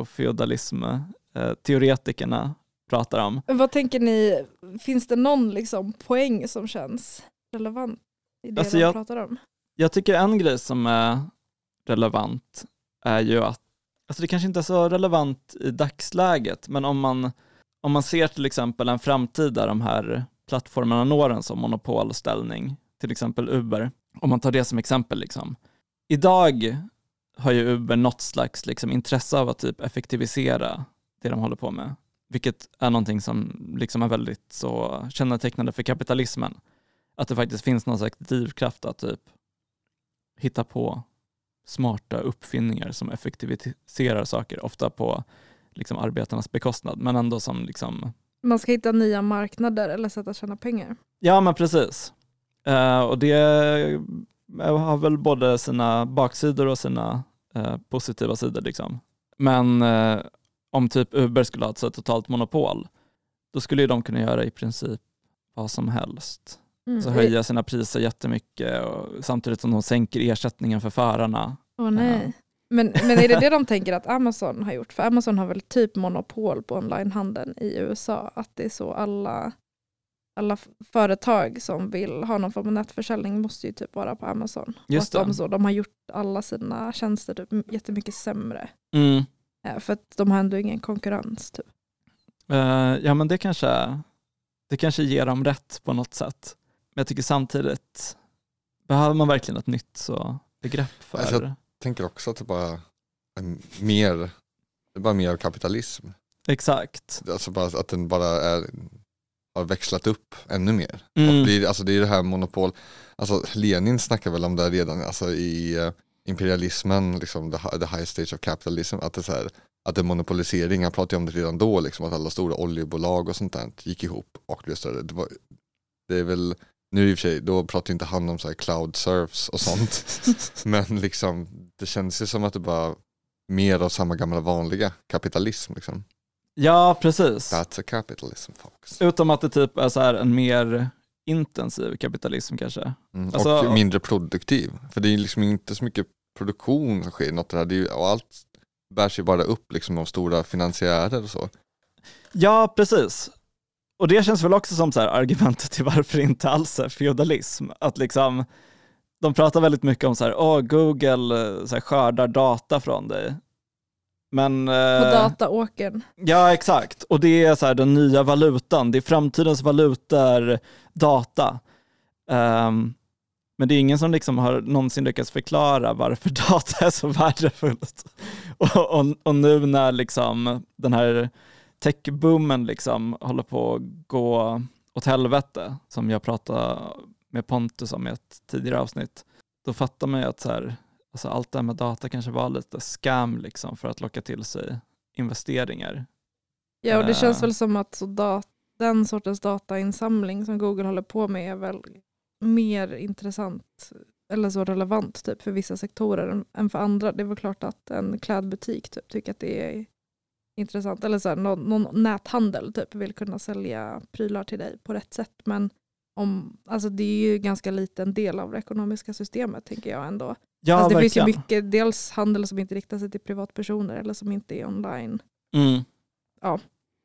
neofeudalism-teoretikerna pratar om. Vad tänker ni, finns det någon liksom poäng som känns relevant i det Alltså de jag- pratar om? Jag tycker en grej som är relevant är ju att, alltså det kanske inte är så relevant i dagsläget, men om man, om man ser till exempel en framtid där de här plattformarna når en som monopolställning, till exempel Uber, om man tar det som exempel liksom. Idag har ju Uber något slags liksom intresse av att typ effektivisera det de håller på med, vilket är någonting som liksom är väldigt så kännetecknande för kapitalismen. Att det faktiskt finns någon slags drivkraft att typ hitta på smarta uppfinningar som effektiviserar saker, ofta på liksom arbetarnas bekostnad, men ändå som liksom... Man ska hitta nya marknader eller sätt att tjäna pengar. Ja, men precis. Uh, och det har väl både sina baksidor och sina uh, positiva sidor liksom. Men uh, om typ Uber skulle ha ett så totalt monopol, då skulle ju de kunna göra i princip vad som helst. Mm. Så höja sina priser jättemycket och samtidigt som de sänker ersättningen för förarna. Åh nej. Ja. Men, men är det det de tänker att Amazon har gjort? För Amazon har väl typ monopol på onlinehandeln i U S A. Att det är så alla, alla f- företag som vill ha någon form av nätförsäljning måste ju typ vara på Amazon. Just och att de, det. så, de har gjort alla sina tjänster typ jättemycket sämre. Mm. Eh, För att de har ändå ingen konkurrens typ. Uh, ja, men det kanske, det kanske ger dem rätt på något sätt. Men jag tycker samtidigt, behöver man verkligen ett nytt så begrepp för... Alltså, jag tänker också att det bara är mer, det är bara mer kapitalism. Exakt. Alltså bara att den bara är, har växlat upp ännu mer. Mm. Och blir, alltså det är det här monopol, alltså Lenin snackar väl om det redan, alltså i uh, imperialismen, liksom the, the high stage of capitalism, att det är så här, att det är monopolisering, han pratade om det redan då, liksom, att alla stora oljebolag och sånt där gick ihop och det, så här, det, var, det är väl, nu i och för sig, då pratar inte han om så här cloud surfs och sånt, men liksom, det känns ju som att det bara mer av samma gamla vanliga kapitalism liksom. Ja, precis. That's a capitalism, folks. Utom att det typ är så här en mer intensiv kapitalism kanske. Mm, Alltså- och mindre produktiv. För det är liksom inte så mycket produktion som sker i något där. Det är ju, och allt bärs ju bara upp liksom av stora finansiärer och så. Ja, precis. Och det känns väl också som så här argumentet till varför det inte alls är feudalism. Att liksom, de pratar väldigt mycket om så här, åh, Google så här, skördar data från dig. Men, På eh, dataåkern. ja, exakt. Och det är så här den nya valutan. Det är framtidens valuta är data. Um, men det är ingen som liksom har någonsin lyckats förklara varför data är så värdefullt. Och, och, och nu när liksom den här techboomen liksom håller på att gå åt helvete, som jag pratade med Pontus om i ett tidigare avsnitt, då fattar man ju att så här, alltså allt det här med data kanske var lite scam liksom för att locka till sig investeringar. Ja, och det Eh. känns väl som att så dat- den sortens datainsamling som Google håller på med är väl mer intressant eller så relevant typ för vissa sektorer än, än för andra. Det är väl klart att en klädbutik typ tycker att det är intressant. Eller så här, någon, någon näthandel typ vill kunna sälja prylar till dig på rätt sätt. Men om, alltså det är ju ganska liten del av det ekonomiska systemet tänker jag ändå. Ja, alltså det verkligen. finns ju mycket, dels handel som inte riktar sig till privatpersoner eller som inte är online. Mm. Ja.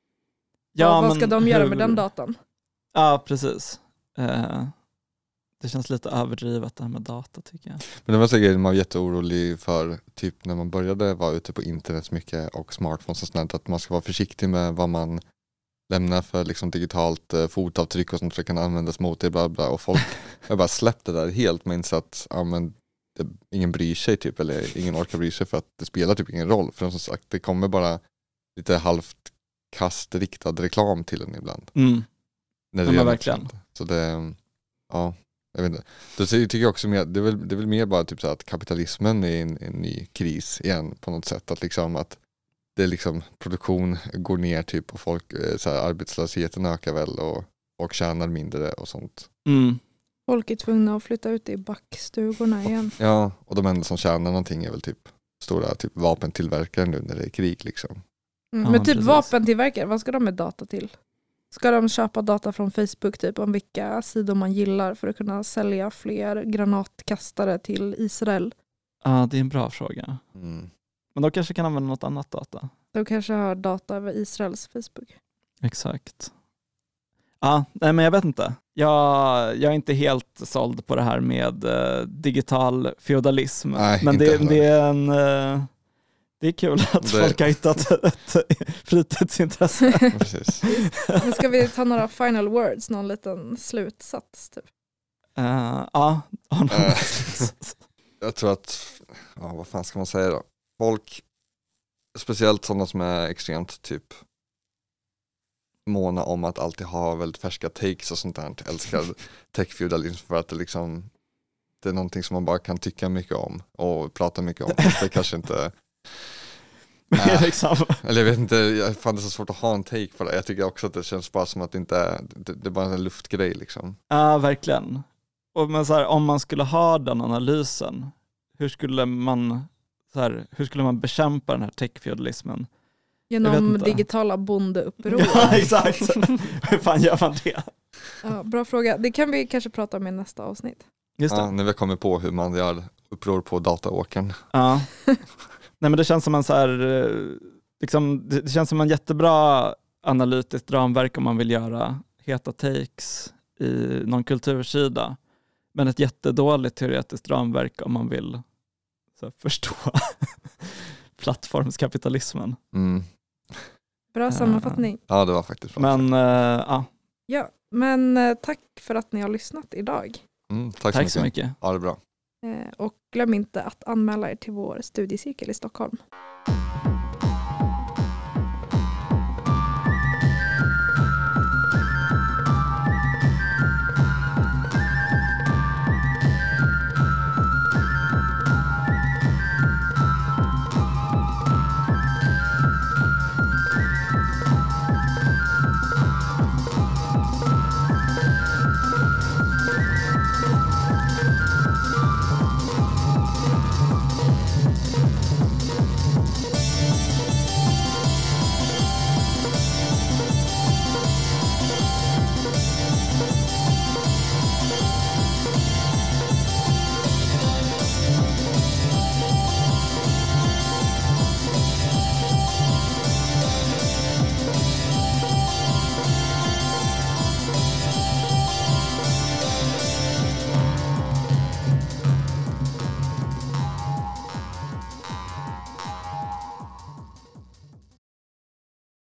Ja, vad, vad men ska de göra hur- med den datan? Ja, precis. Eh, det känns lite överdrivet det här med data tycker jag. Men det var så grejer man var jätteorolig för typ när man började vara ute på internet så mycket och smartphones och sånt, att man ska vara försiktig med vad man lämnar för liksom digitalt eh, fotavtryck och sånt som kan användas mot det, bla bla. Och folk har bara släppt det där helt med insats, ja men det, ingen bryr sig typ, eller ingen orkar bry sig för att det spelar typ ingen roll. För som sagt, det kommer bara lite halvt kast riktad reklam till en ibland. Mm. När Ja, men gör något verkligen. sånt. Så det, ja, jag vet inte. Då tycker jag också mer, det är väl, det är väl mer bara typ så att kapitalismen är i en, en ny kris igen på något sätt. Att liksom att det är liksom produktion går ner typ och folk, eh, så här, arbetslösheten ökar väl och folk tjänar mindre och sånt. Mm. Folk är tvungna att flytta ut i backstugorna igen. Ja, och de enda som tjänar någonting är väl typ stora typ vapentillverkare nu när det är krig liksom. Mm, Ja, men typ precis. vapentillverkare, vad ska de med data till? Ska de köpa data från Facebook typ om vilka sidor man gillar för att kunna sälja fler granatkastare till Israel? Ja, det är en bra fråga. Mm. Men de kanske kan använda något annat data. De kanske har data över Israels Facebook. Exakt. Ja, nej men jag vet inte. Jag, jag är inte helt såld på det här med eh, digital feudalism. Nej, men inte det, heller. det är en... Eh, det är kul att Det- folk har hittat ett fritidsintresse. Precis. Men ska vi ta några final words, någon liten slutsats typ? Uh, ja, har någon- Eh, Jag tror att, ja, vad fan ska man säga då? Folk, speciellt sådana som är extremt typ måna om att alltid ha väldigt färska takes och sånt där. Älskar techfeudalism för att det liksom det är någonting som man bara kan tycka mycket om och prata mycket om. Det kanske inte det är äh, liksom, eller jag vet inte, jag fann det så svårt att ha en take på det. Jag tycker också att det känns bara som att det inte är, det, det är bara en luftgrej liksom. ja, verkligen. Och men så här, om man skulle ha den analysen, hur skulle man, så här, hur skulle man bekämpa den här techfeudalismen? Jag vet Genom inte. digitala bondeuppror. Ja, exakt. Hur fan gör man det? Ja, bra fråga. Det kan vi kanske prata om i nästa avsnitt. Just det. Ja, när vi kommer på hur man gör uppror på dataåkern. Ja. Nej, men det känns som en så här, eh, liksom, det, det känns som en jättebra analytiskt ramverk om man vill göra heta takes i någon kultursida. Men ett jättedåligt teoretiskt ramverk om man vill så här, förstå plattformskapitalismen. Mm. Bra sammanfattning. Ja, det var faktiskt bra. Men eh, ja, Ja, men eh, tack för att ni har lyssnat idag. Mm, tack, tack så mycket. så mycket. Ja, det är bra. Eh, och glöm inte att anmäla er till vår studiecirkel i Stockholm.